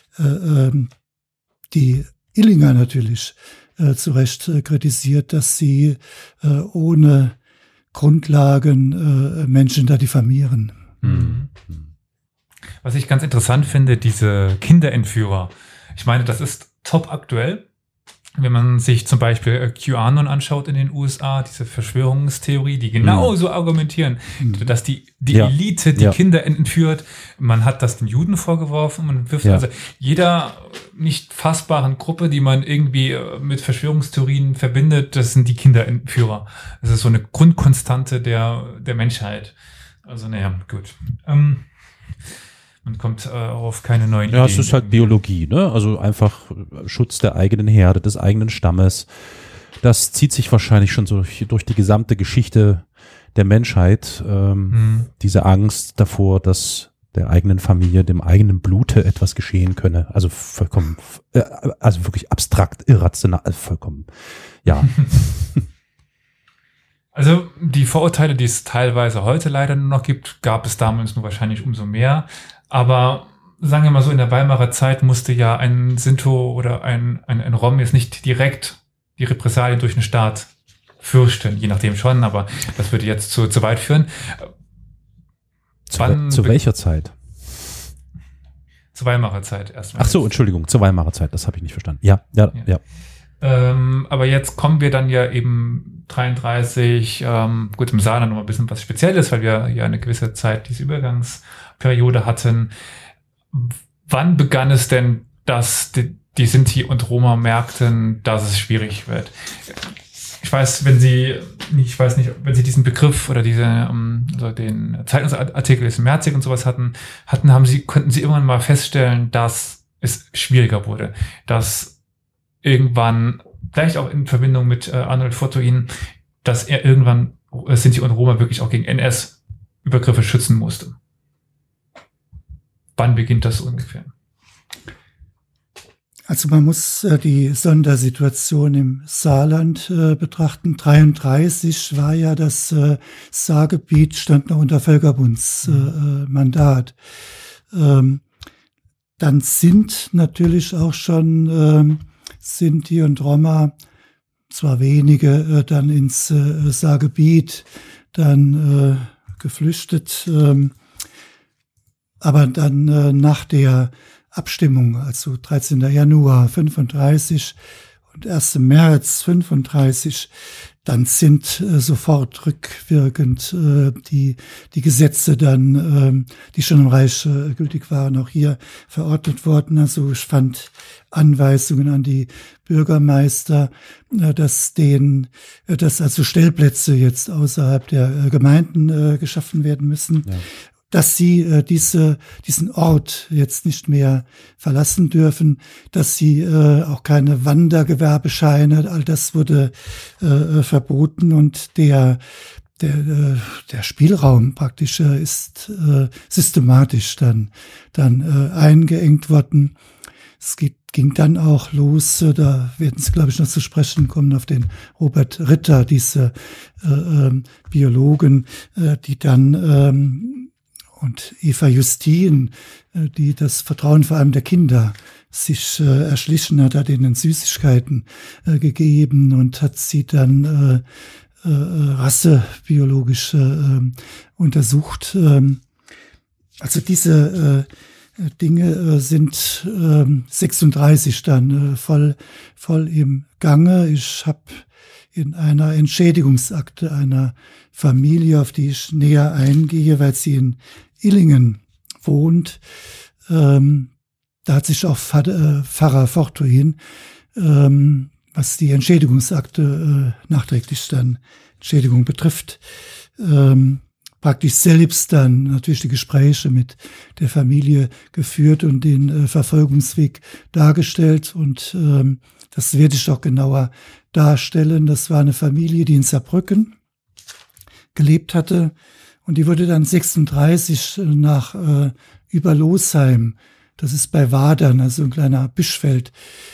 die Illinger natürlich zu Recht kritisiert, dass sie ohne Grundlagen Menschen da diffamieren. Was ich ganz interessant finde, diese Kinderentführer. Ich meine, das ist top aktuell. Wenn man sich zum Beispiel QAnon anschaut in den USA, diese Verschwörungstheorie, die genauso argumentieren, dass die Elite die Kinder entführt. Man hat das den Juden vorgeworfen. Man wirft also jeder nicht fassbaren Gruppe, die man irgendwie mit Verschwörungstheorien verbindet, das sind die Kinderentführer. Das ist so eine Grundkonstante der Menschheit. Also naja, gut. Man kommt auf keine neuen Ideen. Ja, es ist halt Biologie, ne? Also einfach Schutz der eigenen Herde, des eigenen Stammes. Das zieht sich wahrscheinlich schon so durch die gesamte Geschichte der Menschheit. Diese Angst davor, dass der eigenen Familie, dem eigenen Blute etwas geschehen könne. Also vollkommen, also wirklich abstrakt, irrational, vollkommen, ja. Also die Vorurteile, die es teilweise heute leider nur noch gibt, gab es damals nur wahrscheinlich umso mehr. Aber sagen wir mal so, in der Weimarer Zeit musste ja ein Sinto oder ein Rom jetzt nicht direkt die Repressalien durch den Staat fürchten, je nachdem schon, aber das würde jetzt zu weit führen. Zu welcher Zeit? Zur Weimarer Zeit erstmal. Ach so, Entschuldigung, zur Weimarer Zeit, das habe ich nicht verstanden. Ja. Aber jetzt kommen wir dann ja eben 33, gut, im Saarland noch ein bisschen was Spezielles, weil wir ja eine gewisse Zeit diese Übergangsperiode hatten. Wann begann es denn, dass die Sinti und Roma merkten, dass es schwierig wird? Ich weiß, wenn Sie diesen Begriff oder also den Zeitungsartikel des Merzig und sowas konnten Sie irgendwann mal feststellen, dass es schwieriger wurde, dass irgendwann, vielleicht auch in Verbindung mit Arnold Fortuyn, dass er irgendwann Sinti und Roma wirklich auch gegen NS-Übergriffe schützen musste. Wann beginnt das ungefähr? Also man muss die Sondersituation im Saarland betrachten. 33 war ja das Saargebiet, stand noch unter Völkerbundsmandat. Dann sind natürlich auch schon Sinti und Roma, zwar wenige, dann ins Saargebiet, dann geflüchtet, aber dann nach der Abstimmung, also 13. Januar 35 und 1. März 35, dann sind sofort rückwirkend die Gesetze dann, die schon im Reich gültig waren, auch hier verordnet worden. Also ich fand Anweisungen an die Bürgermeister, dass also Stellplätze jetzt außerhalb der Gemeinden geschaffen werden müssen. Ja. Dass sie diesen Ort jetzt nicht mehr verlassen dürfen, dass sie auch keine Wandergewerbescheine, all das wurde verboten und der Spielraum praktisch ist systematisch dann eingeengt worden. Es ging dann auch los, da werden Sie, glaube ich, noch zu sprechen kommen, auf den Robert Ritter, diese Biologen, die dann und Eva Justin, die das Vertrauen vor allem der Kinder sich erschlichen hat, hat ihnen Süßigkeiten gegeben und hat sie dann rassebiologisch untersucht. Also diese Dinge sind 36 dann voll im Gange. Ich habe in einer Entschädigungsakte einer Familie, auf die ich näher eingehe, weil sie in Illingen wohnt, da hat sich auch Pfarrer Fortuin, was die Entschädigungsakte nachträglich dann Entschädigung betrifft, praktisch selbst dann natürlich die Gespräche mit der Familie geführt und den Verfolgungsweg dargestellt. Und das werde ich auch genauer darstellen. Das war eine Familie, die in Saarbrücken gelebt hatte. Und die wurde dann 36 nach Überlosheim, das ist bei Wadern, also ein kleiner Bischfeld,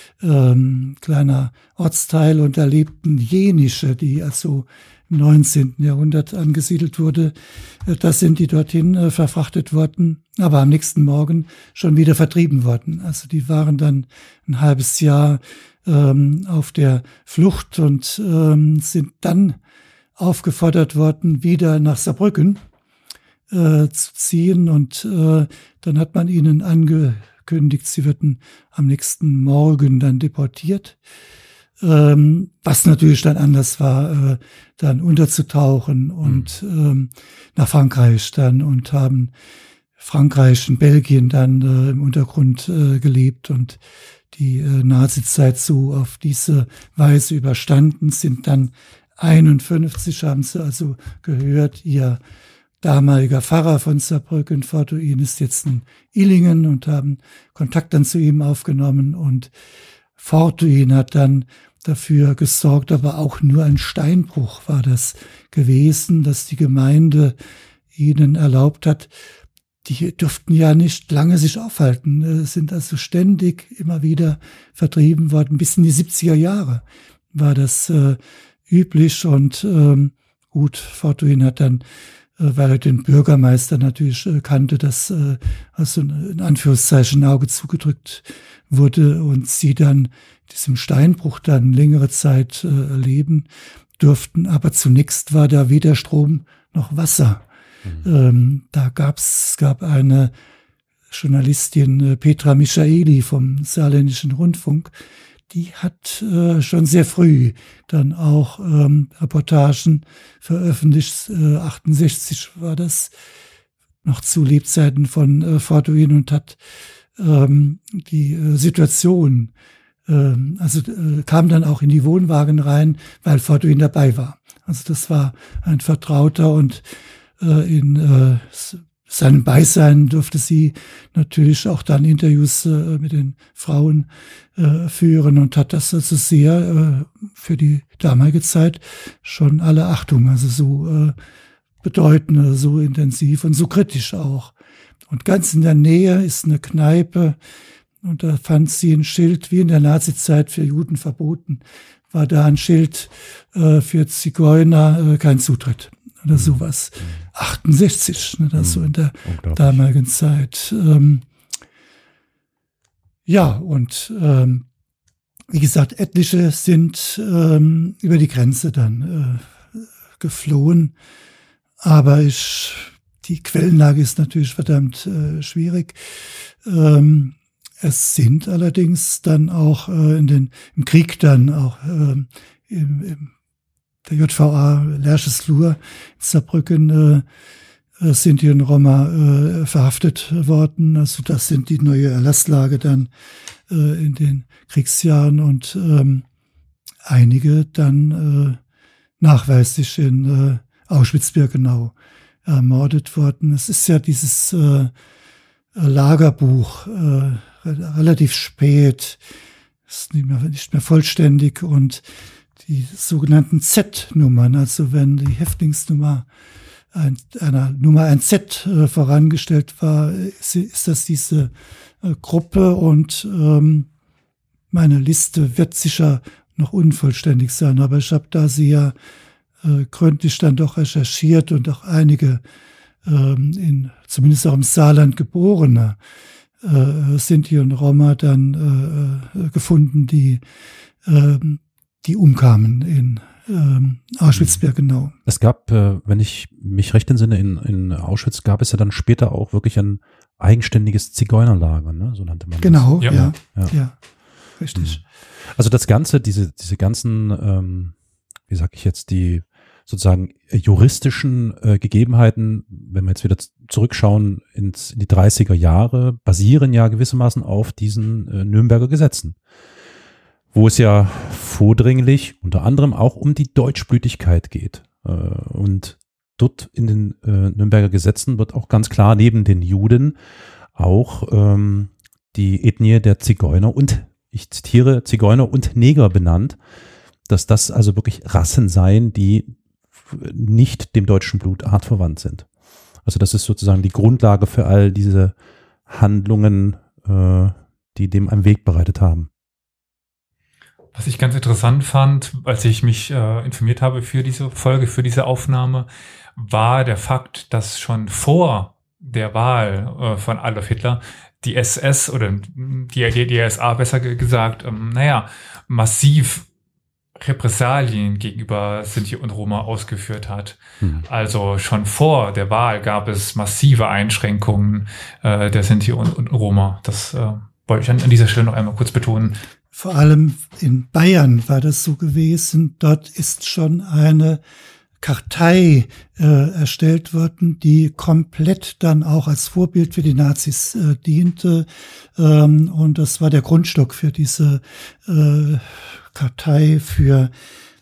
kleiner Ortsteil. Und da lebten Jenische, die also im 19. Jahrhundert angesiedelt wurde. Da sind die dorthin verfrachtet worden, aber am nächsten Morgen schon wieder vertrieben worden. Also die waren dann ein halbes Jahr auf der Flucht und sind dann aufgefordert worden, wieder nach Saarbrücken zu ziehen. Und dann hat man ihnen angekündigt, sie würden am nächsten Morgen dann deportiert. Was natürlich dann anders war, dann unterzutauchen und nach Frankreich dann und haben Frankreich und Belgien dann im Untergrund gelebt und die Nazizeit so auf diese Weise überstanden, sind dann 51, haben sie also gehört, ihr damaliger Pfarrer von Saarbrücken, Fortuin, ist jetzt in Illingen und haben Kontakt dann zu ihm aufgenommen und Fortuin hat dann dafür gesorgt, aber auch nur ein Steinbruch war das gewesen, dass die Gemeinde ihnen erlaubt hat. Die durften ja nicht lange sich aufhalten, sind also ständig immer wieder vertrieben worden. Bis in die 70er Jahre war das üblich und gut, Fortuin hat dann, weil er den Bürgermeister natürlich kannte, dass also in Anführungszeichen ein Auge zugedrückt wurde und sie dann diesem Steinbruch dann längere Zeit leben durften. Aber zunächst war da weder Strom noch Wasser. Gab eine Journalistin, Petra Michaeli vom Saarländischen Rundfunk, die hat schon sehr früh dann auch Reportagen veröffentlicht. 68 war das, noch zu Lebzeiten von Fortuin, und hat die Situation, kam dann auch in die Wohnwagen rein, weil Fortuin dabei war. Also das war ein Vertrauter und in seinem Beisein durfte sie natürlich auch dann Interviews mit den Frauen führen und hat das also sehr für die damalige Zeit schon alle Achtung, also so bedeutend, so intensiv und so kritisch auch. Und ganz in der Nähe ist eine Kneipe und da fand sie ein Schild, wie in der Nazizeit für Juden verboten, war da ein Schild für Zigeuner, kein Zutritt oder sowas. 68, ne, das so in der damaligen Zeit. Ja, und wie gesagt, etliche sind über die Grenze dann geflohen, aber die Quellenlage ist natürlich verdammt schwierig. Es sind allerdings dann auch im Krieg dann auch der JVA Lercheslohr in Saarbrücken Sinti und Roma verhaftet worden. Also das sind die neue Erlasslage dann in den Kriegsjahren und einige dann nachweislich in Auschwitz-Birkenau ermordet worden. Es ist ja dieses Lagerbuch relativ spät, ist nicht mehr vollständig, und die sogenannten Z-Nummern, also wenn die Häftlingsnummer einer Nummer 1Z vorangestellt war, ist das diese Gruppe, und meine Liste wird sicher noch unvollständig sein, aber ich habe da sie ja gründlich dann doch recherchiert und auch einige zumindest auch im Saarland geborene Sinti und Roma dann gefunden, die umkamen in Auschwitz-Birkenau. Es gab, wenn ich mich recht entsinne, in Auschwitz gab es ja dann später auch wirklich ein eigenständiges Zigeunerlager, ne? So nannte man genau, das. Ja, richtig. Also das Ganze, diese ganzen, wie sag ich jetzt, die sozusagen juristischen Gegebenheiten, wenn wir jetzt wieder zurückschauen in die 30er Jahre, basieren ja gewissermaßen auf diesen Nürnberger Gesetzen, wo es ja vordringlich unter anderem auch um die Deutschblütigkeit geht. Und dort in den Nürnberger Gesetzen wird auch ganz klar neben den Juden auch die Ethnie der Zigeuner und, ich zitiere, Zigeuner und Neger benannt, dass das also wirklich Rassen seien, die nicht dem deutschen Blut artverwandt sind. Also das ist sozusagen die Grundlage für all diese Handlungen, die dem einen Weg bereitet haben. Was ich ganz interessant fand, als ich mich informiert habe für diese Folge, für diese Aufnahme, war der Fakt, dass schon vor der Wahl von Adolf Hitler die SS oder die SA besser gesagt, massiv Repressalien gegenüber Sinti und Roma ausgeführt hat. Also schon vor der Wahl gab es massive Einschränkungen der Sinti und Roma. Das wollte ich an dieser Stelle noch einmal kurz betonen. Vor allem in Bayern war das so gewesen. Dort ist schon eine Kartei erstellt worden, die komplett dann auch als Vorbild für die Nazis diente. Und das war der Grundstock für diese Kartei für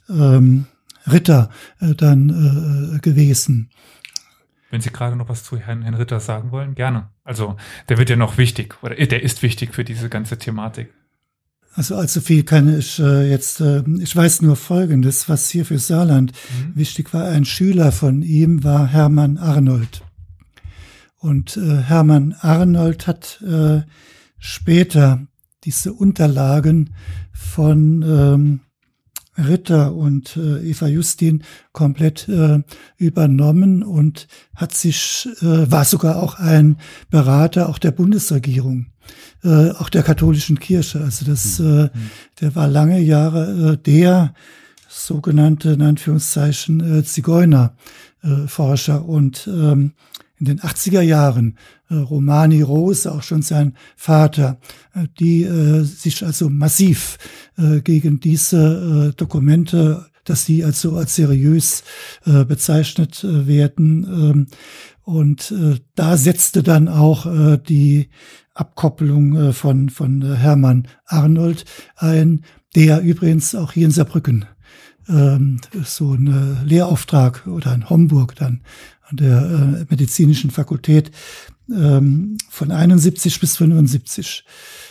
Ritter dann gewesen. Wenn Sie gerade noch was zu Herrn Ritter sagen wollen, gerne. Also der wird ja noch wichtig oder der ist wichtig für diese ganze Thematik. Also allzu viel kann ich jetzt, ich weiß nur Folgendes, was hier für Saarland wichtig war. Ein Schüler von ihm war Hermann Arnold. Und Hermann Arnold hat später diese Unterlagen von Ritter und Eva Justin komplett übernommen und hat war sogar auch ein Berater auch der Bundesregierung, auch der katholischen Kirche. Also der war lange Jahre der sogenannte, in Anführungszeichen, Zigeunerforscher und in den 80er Jahren Romani Rose, auch schon sein Vater, die sich also massiv gegen diese Dokumente, dass die also als seriös bezeichnet werden. Und da setzte dann auch die Abkopplung von Hermann Arnold ein, der übrigens auch hier in Saarbrücken so einen Lehrauftrag oder in Homburg dann an der medizinischen Fakultät von 71 bis 75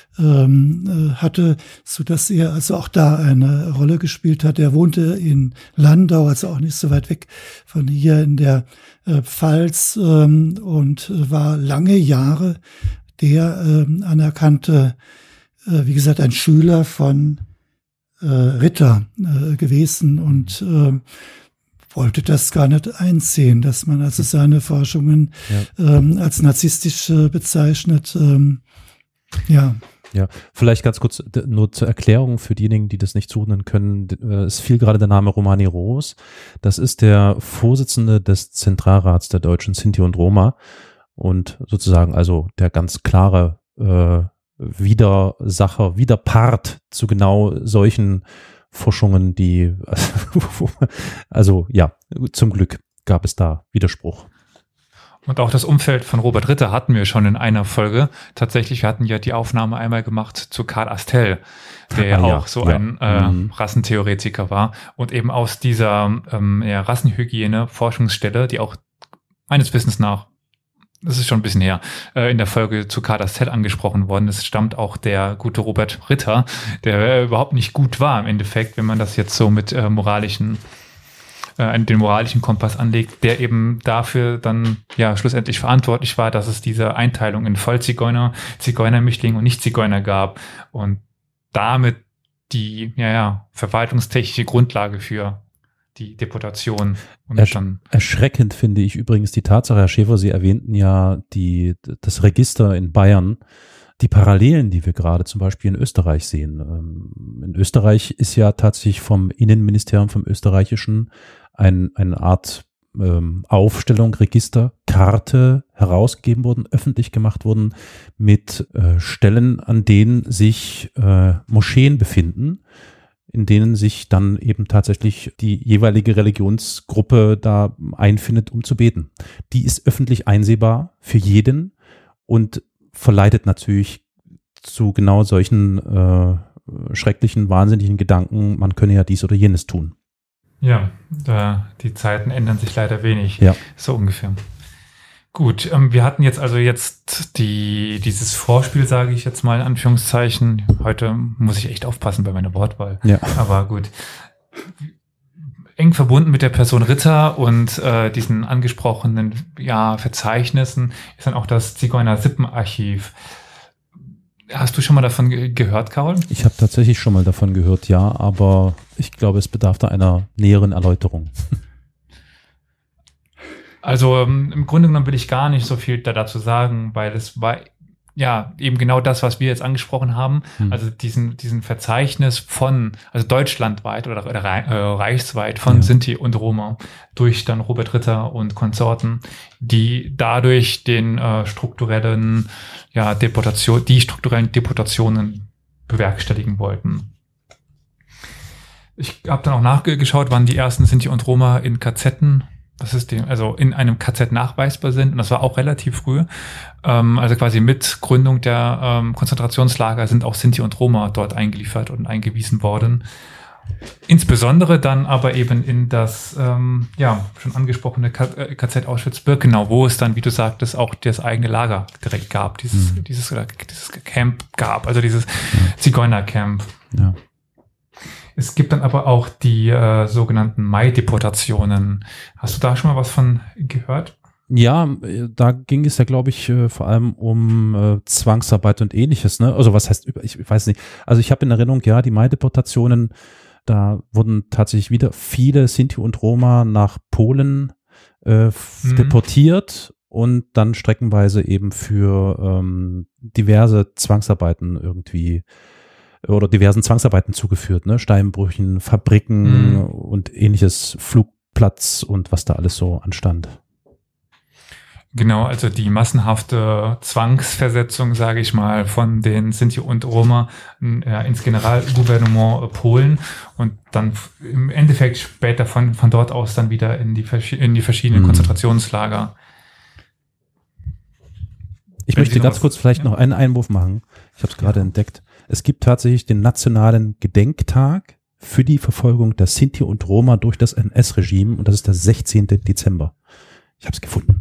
hatte, so dass er also auch da eine Rolle gespielt hat. Er wohnte in Landau, also auch nicht so weit weg von hier in der Pfalz und war lange Jahre der anerkannte, wie gesagt, ein Schüler von Ritter gewesen und wollte das gar nicht einsehen, dass man also seine Forschungen als narzisstisch bezeichnet. Ja, vielleicht ganz kurz nur zur Erklärung für diejenigen, die das nicht zuordnen können. Es fiel gerade der Name Romani Rose. Das ist der Vorsitzende des Zentralrats der Deutschen Sinti und Roma und sozusagen also der ganz klare Widerpart zu genau solchen Forschungen, die, also ja, zum Glück gab es da Widerspruch. Und auch das Umfeld von Robert Ritter hatten wir schon in einer Folge. Tatsächlich, wir hatten ja die Aufnahme einmal gemacht zu Karl Astel, der ja auch so ein Rassentheoretiker war und eben aus dieser Rassenhygiene-Forschungsstelle, die auch meines Wissens nach, das ist schon ein bisschen her, in der Folge zu Karl Astel angesprochen worden ist, stammt auch der gute Robert Ritter, der überhaupt nicht gut war im Endeffekt, wenn man das jetzt so mit den moralischen Kompass anlegt, der eben dafür dann ja schlussendlich verantwortlich war, dass es diese Einteilung in Vollzigeuner, Zigeunermischlinge und Nicht-Zigeuner gab und damit die verwaltungstechnische Grundlage für die Deportation. Und erschreckend finde ich übrigens die Tatsache, Herr Schäfer, Sie erwähnten ja das Register in Bayern, die Parallelen, die wir gerade zum Beispiel in Österreich sehen. In Österreich ist ja tatsächlich vom Innenministerium, vom österreichischen, eine Art Aufstellung, Register, Karte herausgegeben worden, öffentlich gemacht worden mit Stellen, an denen sich Moscheen befinden, in denen sich dann eben tatsächlich die jeweilige Religionsgruppe da einfindet, um zu beten. Die ist öffentlich einsehbar für jeden und verleitet natürlich zu genau solchen schrecklichen, wahnsinnigen Gedanken, man könne ja dies oder jenes tun. Ja, die Zeiten ändern sich leider wenig, so ungefähr. Gut, wir hatten jetzt dieses Vorspiel, sage ich jetzt mal in Anführungszeichen. Heute muss ich echt aufpassen bei meiner Wortwahl. Ja. Aber gut. Eng verbunden mit der Person Ritter und diesen angesprochenen Verzeichnissen ist dann auch das Zigeuner-Sippenarchiv. Hast du schon mal davon gehört, Carol? Ich habe tatsächlich schon mal davon gehört, ja, aber ich glaube, es bedarf da einer näheren Erläuterung. Also im Grunde genommen will ich gar nicht so viel dazu sagen, weil es war ja eben genau das, was wir jetzt angesprochen haben. Also diesen Verzeichnis von, also deutschlandweit oder reichsweit von Sinti und Roma durch dann Robert Ritter und Konsorten, die dadurch den strukturellen Deportationen bewerkstelligen wollten. Ich habe dann auch nachgeschaut, wann die ersten Sinti und Roma in KZen, in einem KZ nachweisbar sind. Und das war auch relativ früh. Also quasi mit Gründung der Konzentrationslager sind auch Sinti und Roma dort eingeliefert und eingewiesen worden. Insbesondere dann aber eben in das schon angesprochene KZ Auschwitz-Birkenau, wo es dann, wie du sagtest, auch das eigene Lager direkt gab, dieses Camp gab, also dieses Zigeunercamp. Ja. Es gibt dann aber auch die sogenannten Mai-Deportationen. Hast du da schon mal was von gehört? Ja, da ging es ja, glaube ich, vor allem um Zwangsarbeit und Ähnliches. Ne? Also was heißt, ich weiß nicht. Also ich habe in Erinnerung, ja, die Mai-Deportationen, da wurden tatsächlich wieder viele Sinti und Roma nach Polen deportiert und dann streckenweise eben für diverse Zwangsarbeiten irgendwie oder diversen Zwangsarbeiten zugeführt, ne? Steinbrüchen, Fabriken und ähnliches, Flugplatz und was da alles so anstand. Genau, also die massenhafte Zwangsversetzung, sage ich mal, von den Sinti und Roma ins Generalgouvernement Polen und dann im Endeffekt später von dort aus dann wieder in die verschiedenen Konzentrationslager. Ich möchte ganz kurz vielleicht noch einen Einwurf machen. Ich habe es gerade entdeckt. Es gibt tatsächlich den nationalen Gedenktag für die Verfolgung der Sinti und Roma durch das NS-Regime und das ist der 16. Dezember. Ich habe es gefunden.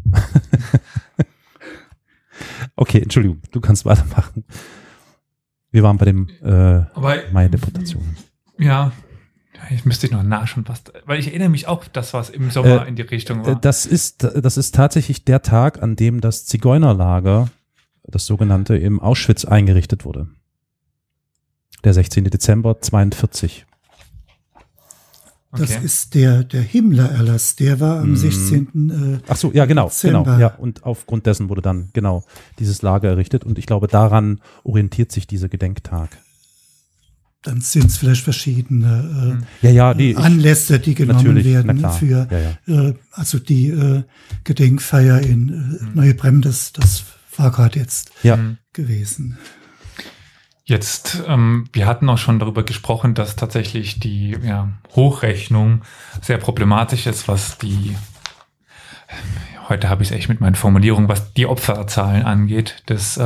Okay, Entschuldigung, du kannst weitermachen. Wir waren bei dem Mai-Deportation. Ja, ich müsste noch nachschauen, weil ich erinnere mich auch, das was im Sommer in die Richtung war. Das ist tatsächlich der Tag, an dem das Zigeunerlager, das sogenannte, im Auschwitz eingerichtet wurde. Der 16. Dezember 1942. Das ist der Himmler-Erlass, der war am 16. Ach so, ja, genau. Dezember. Ja, und aufgrund dessen wurde dann genau dieses Lager errichtet und ich glaube, daran orientiert sich dieser Gedenktag. Dann sind es vielleicht verschiedene Anlässe, die genommen werden für also die Gedenkfeier in Neubrem, das war gerade jetzt gewesen. Jetzt, wir hatten auch schon darüber gesprochen, dass tatsächlich die Hochrechnung sehr problematisch ist, was heute habe ich es echt mit meinen Formulierungen, was die Opferzahlen angeht,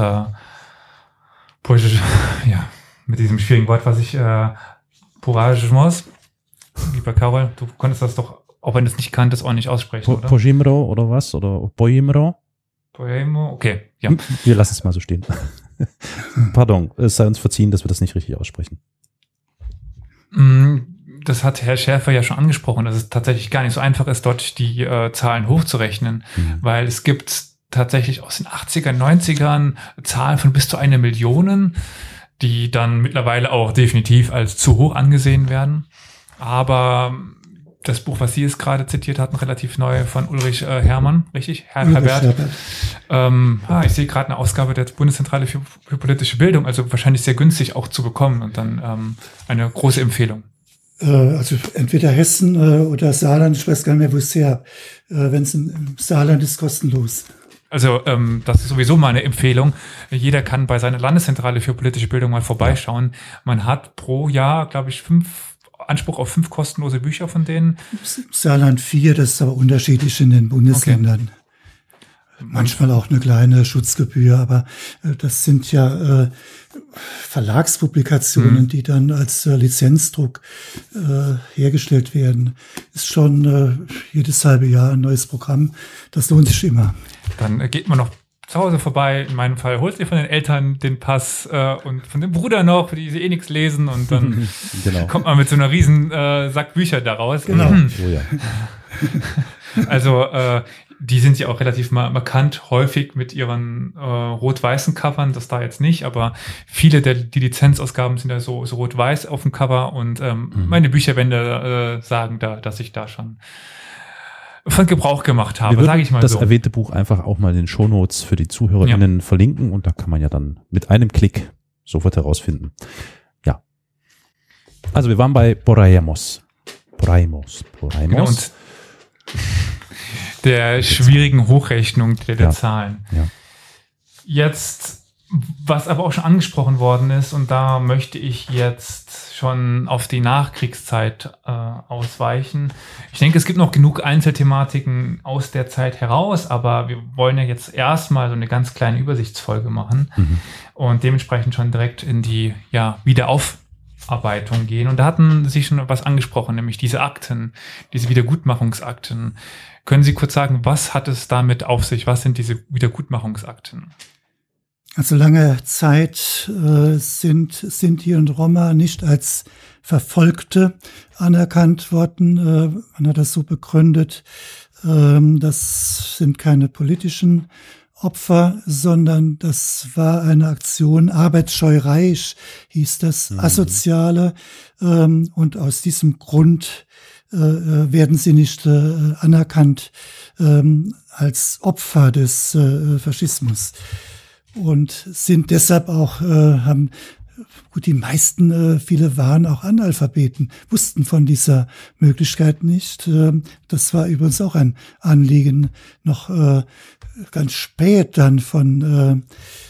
mit diesem schwierigen Wort, was ich Poragements, lieber Carol, du konntest das doch, auch wenn du es nicht kanntest, auch nicht aussprechen, oder? Pojimro oder was? Oder Pojimro? Pojimro, okay, ja. Wir lassen es mal so stehen. Pardon, es sei uns verziehen, dass wir das nicht richtig aussprechen. Das hat Herr Schäfer ja schon angesprochen, dass es tatsächlich gar nicht so einfach ist, dort die Zahlen hochzurechnen, weil es gibt tatsächlich aus den 80er, 90ern Zahlen von bis zu 1 Million, die dann mittlerweile auch definitiv als zu hoch angesehen werden. Aber das Buch, was Sie jetzt gerade zitiert hatten, relativ neu von Ulrich Hermann, richtig? Herbert. Ich sehe gerade eine Ausgabe der Bundeszentrale für politische Bildung, also wahrscheinlich sehr günstig auch zu bekommen und dann eine große Empfehlung. Also entweder Hessen oder Saarland, ich weiß gar nicht mehr, wo es her. Wenn es im Saarland ist, kostenlos. Also das ist sowieso mal eine Empfehlung. Jeder kann bei seiner Landeszentrale für politische Bildung mal vorbeischauen. Man hat pro Jahr, glaube ich, Anspruch auf 5 kostenlose Bücher von denen. Saarland 4, das ist aber unterschiedlich in den Bundesländern. Okay. Manchmal auch eine kleine Schutzgebühr, aber das sind ja Verlagspublikationen, die dann als Lizenzdruck hergestellt werden. Ist schon jedes halbe Jahr ein neues Programm. Das lohnt sich immer. Dann geht man noch zu Hause vorbei. In meinem Fall holt ihr von den Eltern den Pass und von dem Bruder noch, für die sie nichts lesen. Und dann kommt man mit so einer riesen Sack Bücher daraus. Genau. Oh, ja. Also die sind ja auch relativ markant häufig mit ihren rot-weißen Covern, das da jetzt nicht, aber viele die Lizenzausgaben sind ja so rot-weiß auf dem Cover und meine Bücherwände sagen da, dass ich da schon von Gebrauch gemacht habe, sage ich mal das so. Das erwähnte Buch einfach auch mal in den Shownotes für die ZuhörerInnen verlinken und da kann man ja dann mit einem Klick sofort herausfinden. Ja. Also wir waren bei Borraemos. Genau, und der schwierigen Hochrechnung der Zahlen. Ja. Jetzt, was aber auch schon angesprochen worden ist, und da möchte ich jetzt schon auf die Nachkriegszeit ausweichen. Ich denke, es gibt noch genug Einzelthematiken aus der Zeit heraus, aber wir wollen ja jetzt erstmal so eine ganz kleine Übersichtsfolge machen und dementsprechend schon direkt in die Wiederaufarbeitung gehen. Und da hatten Sie schon was angesprochen, nämlich diese Akten, diese Wiedergutmachungsakten. Können Sie kurz sagen, was hat es damit auf sich? Was sind diese Wiedergutmachungsakten? Also lange Zeit sind Sinti und Roma nicht als Verfolgte anerkannt worden. Man hat das so begründet, das sind keine politischen Opfer, sondern das war eine Aktion, Arbeitsscheurei hieß das, asoziale. Und aus diesem Grund werden sie nicht anerkannt als Opfer des Faschismus. Und sind deshalb auch, die meisten, viele waren auch Analphabeten, wussten von dieser Möglichkeit nicht. Das war übrigens auch ein Anliegen, noch ganz spät dann von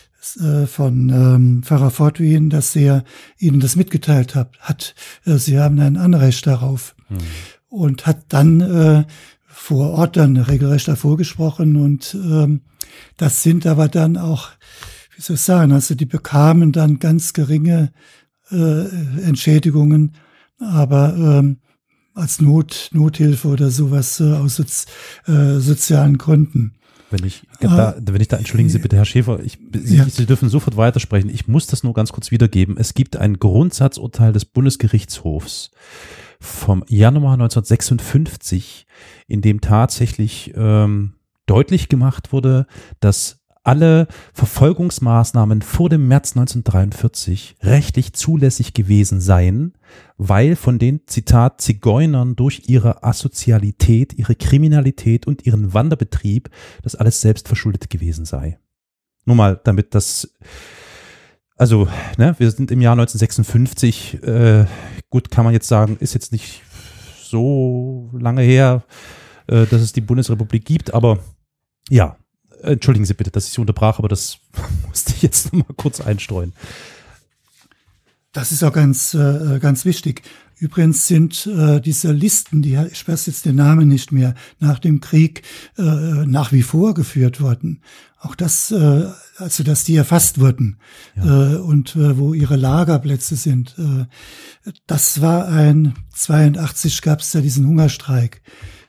Pfarrer Fortwin, dass er ihnen das mitgeteilt hat. Sie haben ein Anrecht darauf. Und hat dann vor Ort dann regelrecht davor gesprochen und das sind aber dann auch, wie soll ich sagen, also die bekamen dann ganz geringe Entschädigungen, aber als Nothilfe oder sowas aus sozialen Gründen. Wenn ich da, entschuldigen Sie bitte, Herr Schäfer, Sie dürfen sofort weitersprechen. Ich muss das nur ganz kurz wiedergeben. Es gibt ein Grundsatzurteil des Bundesgerichtshofs vom Januar 1956, in dem tatsächlich deutlich gemacht wurde, dass alle Verfolgungsmaßnahmen vor dem März 1943 rechtlich zulässig gewesen seien, weil von den, Zitat, Zigeunern durch ihre Asozialität, ihre Kriminalität und ihren Wanderbetrieb das alles selbst verschuldet gewesen sei. Nur mal, damit das, also, wir sind im Jahr 1956, gut, kann man jetzt sagen, ist jetzt nicht so lange her, dass es die Bundesrepublik gibt, aber ja, entschuldigen Sie bitte, dass ich Sie unterbrach, aber das musste ich jetzt noch mal kurz einstreuen. Das ist auch ganz wichtig. Übrigens sind diese Listen, ich weiß jetzt den Namen nicht mehr, nach dem Krieg nach wie vor geführt worden. Auch das, also dass die erfasst wurden und wo ihre Lagerplätze sind. Das war 82 gab es da diesen Hungerstreik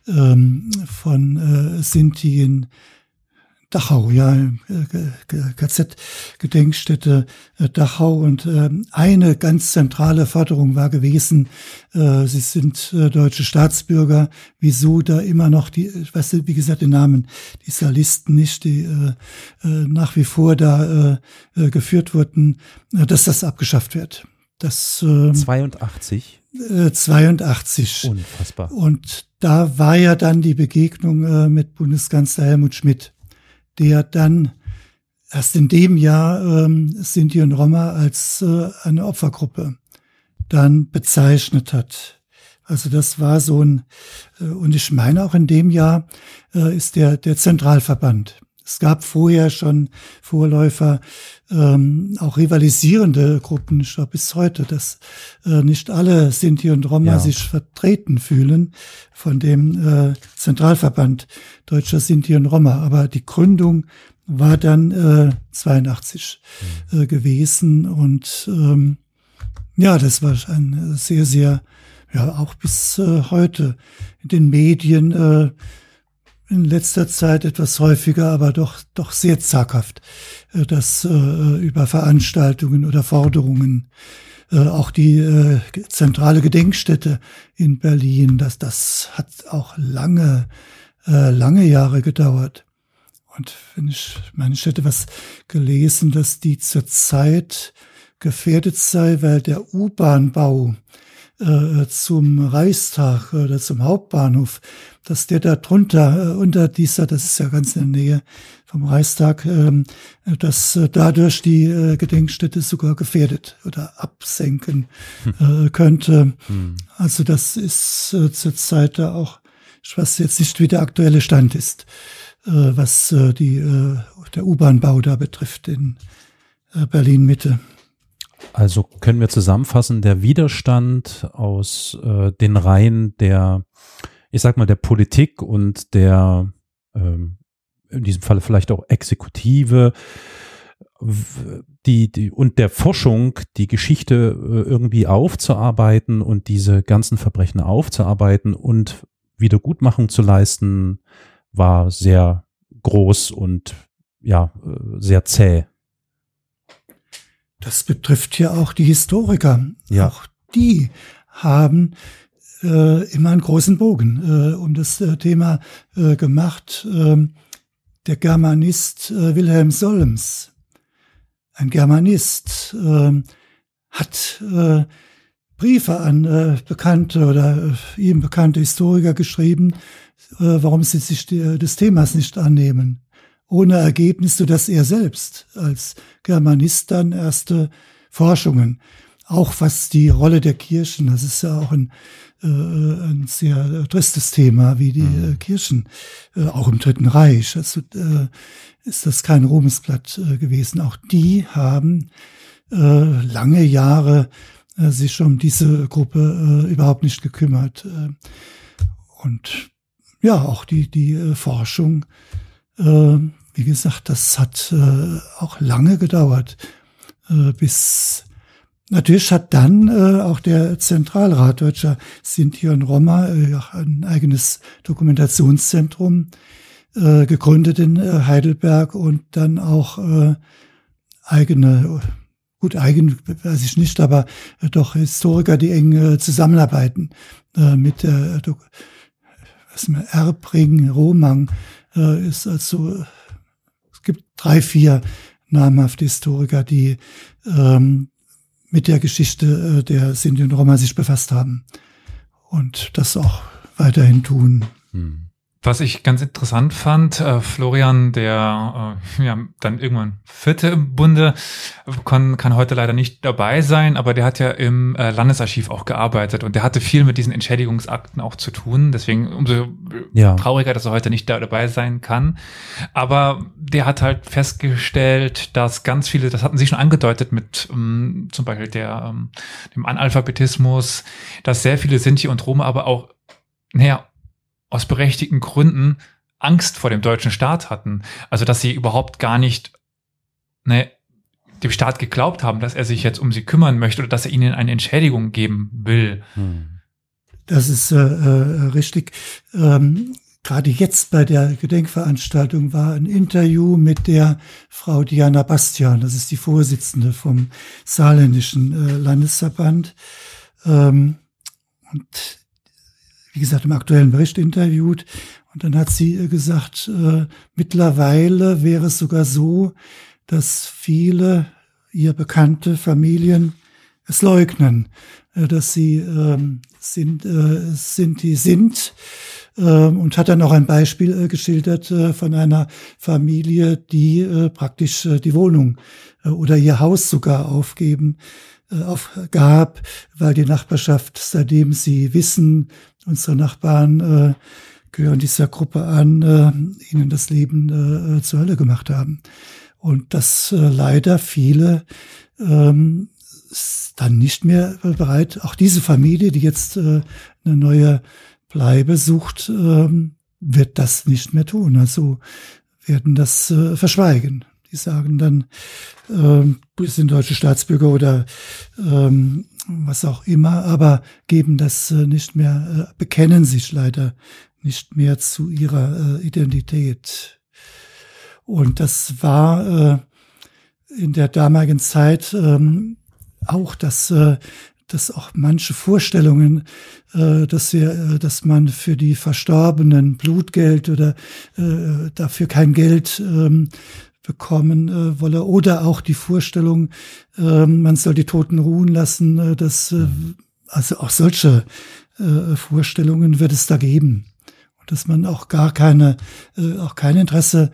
von Sinti in Dachau, KZ-Gedenkstätte Dachau. Und eine ganz zentrale Forderung war gewesen, sie sind deutsche Staatsbürger, wieso da immer noch ich weiß nicht, wie gesagt, den Namen dieser Listen nicht, die nach wie vor da geführt wurden, dass das abgeschafft wird. Das 82? 82. Unfassbar. Und da war ja dann die Begegnung mit Bundeskanzler Helmut Schmidt, der dann erst in dem Jahr Sinti und Roma als eine Opfergruppe dann bezeichnet hat. Also das war so ein, und ich meine auch in dem Jahr ist der Zentralverband. Es gab vorher schon Vorläufer, auch rivalisierende Gruppen, ich glaube bis heute, dass nicht alle Sinti und Roma sich vertreten fühlen von dem Zentralverband Deutscher Sinti und Roma. Aber die Gründung war dann 82 gewesen und ja, das war ein sehr, sehr, ja auch bis heute in den Medien in letzter Zeit etwas häufiger, aber doch sehr zaghaft, dass über Veranstaltungen oder Forderungen, auch die zentrale Gedenkstätte in Berlin, das hat auch lange Jahre gedauert. Und ich hätte was gelesen, dass die zurzeit gefährdet sei, weil der U-Bahn-Bau zum Reichstag oder zum Hauptbahnhof, dass der da drunter, unter dieser, das ist ja ganz in der Nähe vom Reichstag, dass dadurch die Gedenkstätte sogar gefährdet oder absenken könnte. Also das ist zurzeit da auch, ich weiß jetzt nicht, wie der aktuelle Stand ist, was der U-Bahn-Bau da betrifft in Berlin-Mitte. Also können wir zusammenfassen, der Widerstand aus den Reihen der, ich sag mal, der Politik und der, in diesem Falle vielleicht auch Exekutive, und der Forschung, die Geschichte irgendwie aufzuarbeiten und diese ganzen Verbrechen aufzuarbeiten und Wiedergutmachung zu leisten, war sehr groß und ja, sehr zäh. Das betrifft ja auch die Historiker. Ja. Auch die haben immer einen großen Bogen um das Thema gemacht. Der Germanist Wilhelm Solms, ein Germanist, hat Briefe an bekannte oder ihm bekannte Historiker geschrieben, warum sie sich des Themas nicht annehmen. Ohne Ergebnis, sodass er selbst als Germanist dann erste Forschungen, auch was die Rolle der Kirchen, das ist ja auch ein sehr tristes Thema, wie die Kirchen, auch im Dritten Reich, also ist das kein Ruhmesblatt gewesen. Auch die haben lange Jahre sich um diese Gruppe überhaupt nicht gekümmert. Und ja, auch die Forschung, wie gesagt, das hat auch lange gedauert, bis natürlich hat dann auch der Zentralrat Deutscher Sinti und Roma ein eigenes Dokumentationszentrum gegründet in Heidelberg und dann auch eigen weiß ich nicht, aber doch Historiker, die eng zusammenarbeiten mit der Erbring, Romang, ist also, es gibt 3, 4 namhafte Historiker, die mit der Geschichte der Sinti und Roma sich befasst haben und das auch weiterhin tun. Was ich ganz interessant fand, Florian, der dann irgendwann 4. im Bunde, kann heute leider nicht dabei sein, aber der hat ja im Landesarchiv auch gearbeitet und der hatte viel mit diesen Entschädigungsakten auch zu tun. Deswegen umso trauriger, dass er heute nicht dabei sein kann. Aber der hat halt festgestellt, dass ganz viele, das hatten Sie schon angedeutet mit zum Beispiel dem Analphabetismus, dass sehr viele Sinti und Roma aber auch, aus berechtigten Gründen Angst vor dem deutschen Staat hatten. Also, dass sie überhaupt gar nicht dem Staat geglaubt haben, dass er sich jetzt um sie kümmern möchte oder dass er ihnen eine Entschädigung geben will. Das ist richtig. Gerade jetzt bei der Gedenkveranstaltung war ein Interview mit der Frau Diana Bastian. Das ist die Vorsitzende vom Saarländischen Landesverband. Und wie gesagt, im aktuellen Bericht interviewt. Und dann hat sie gesagt, mittlerweile wäre es sogar so, dass viele ihr bekannte Familien es leugnen, dass sie sind, die sind. Und hat dann auch ein Beispiel geschildert von einer Familie, die praktisch die Wohnung oder ihr Haus sogar aufgab, weil die Nachbarschaft, seitdem sie wissen, unsere Nachbarn gehören dieser Gruppe an, ihnen das Leben zur Hölle gemacht haben. Und dass leider viele dann nicht mehr bereit, auch diese Familie, die jetzt eine neue Bleibe sucht, wird das nicht mehr tun. Also werden das verschweigen. Die sagen dann, wir sind deutsche Staatsbürger oder was auch immer, aber geben das nicht mehr, bekennen sich leider nicht mehr zu ihrer Identität. Und das war in der damaligen Zeit auch, dass auch manche Vorstellungen, dass man für die Verstorbenen Blutgeld oder dafür kein Geld bekommen wolle, oder auch die Vorstellung, man soll die Toten ruhen lassen, also auch solche Vorstellungen wird es da geben. Und dass man auch kein Interesse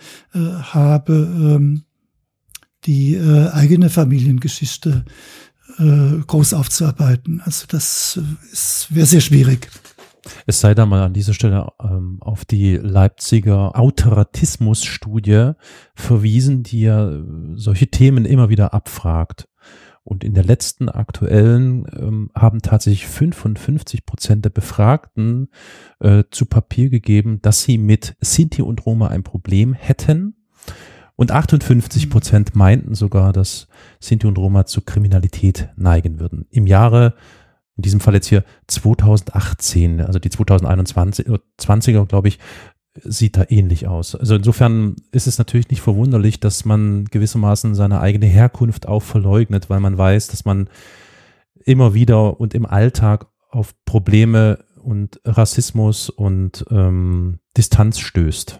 habe, die eigene Familiengeschichte groß aufzuarbeiten. Also das wäre sehr schwierig. Es sei da mal an dieser Stelle auf die Leipziger Autoratismus-Studie verwiesen, die ja solche Themen immer wieder abfragt. Und in der letzten aktuellen haben tatsächlich 55% der Befragten zu Papier gegeben, dass sie mit Sinti und Roma ein Problem hätten. Und 58% meinten sogar, dass Sinti und Roma zu Kriminalität neigen würden. Im Jahre, in diesem Fall jetzt hier 2018, also die 2020er, glaube ich, sieht da ähnlich aus. Also insofern ist es natürlich nicht verwunderlich, dass man gewissermaßen seine eigene Herkunft auch verleugnet, weil man weiß, dass man immer wieder und im Alltag auf Probleme und Rassismus und Distanz stößt.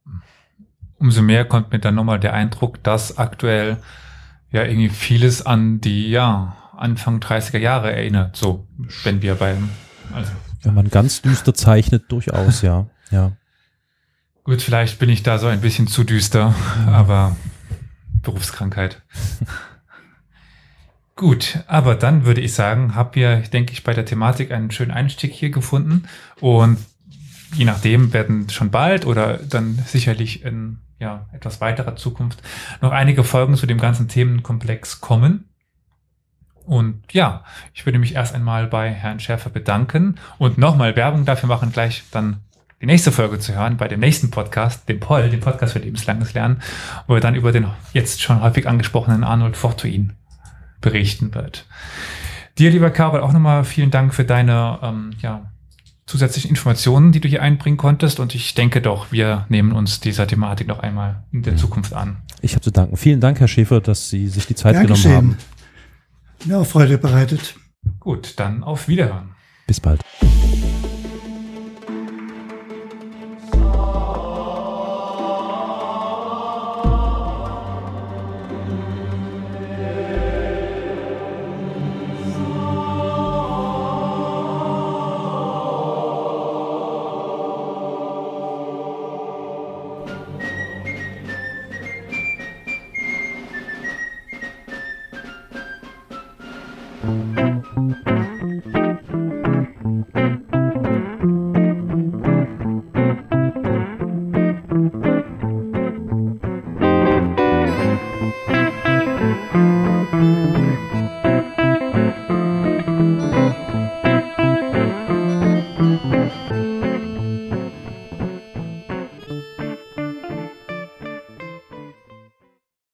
Umso mehr kommt mir dann nochmal der Eindruck, dass aktuell ja irgendwie vieles an die Anfang 30er Jahre erinnert. So, wenn man ganz düster zeichnet, durchaus, ja. Gut, vielleicht bin ich da so ein bisschen zu düster, aber Berufskrankheit. Gut, aber dann würde ich sagen, denke ich, bei der Thematik einen schönen Einstieg hier gefunden, und je nachdem werden schon bald oder dann sicherlich in etwas weiterer Zukunft noch einige Folgen zu dem ganzen Themenkomplex kommen. Und ja, ich würde mich erst einmal bei Herrn Schäfer bedanken und nochmal Werbung dafür machen, gleich dann die nächste Folge zu hören, bei dem nächsten Podcast, dem POL, dem Podcast für lebenslanges Lernen, wo er dann über den jetzt schon häufig angesprochenen Arnold Fortuyn berichten wird. Dir, lieber Karol, auch nochmal vielen Dank für deine zusätzlichen Informationen, die du hier einbringen konntest, und ich denke doch, wir nehmen uns dieser Thematik noch einmal in der Zukunft an. Ich habe zu danken. Vielen Dank, Herr Schäfer, dass Sie sich die Zeit genommen haben. Mir auch Freude bereitet. Gut, dann auf Wiederhören. Bis bald.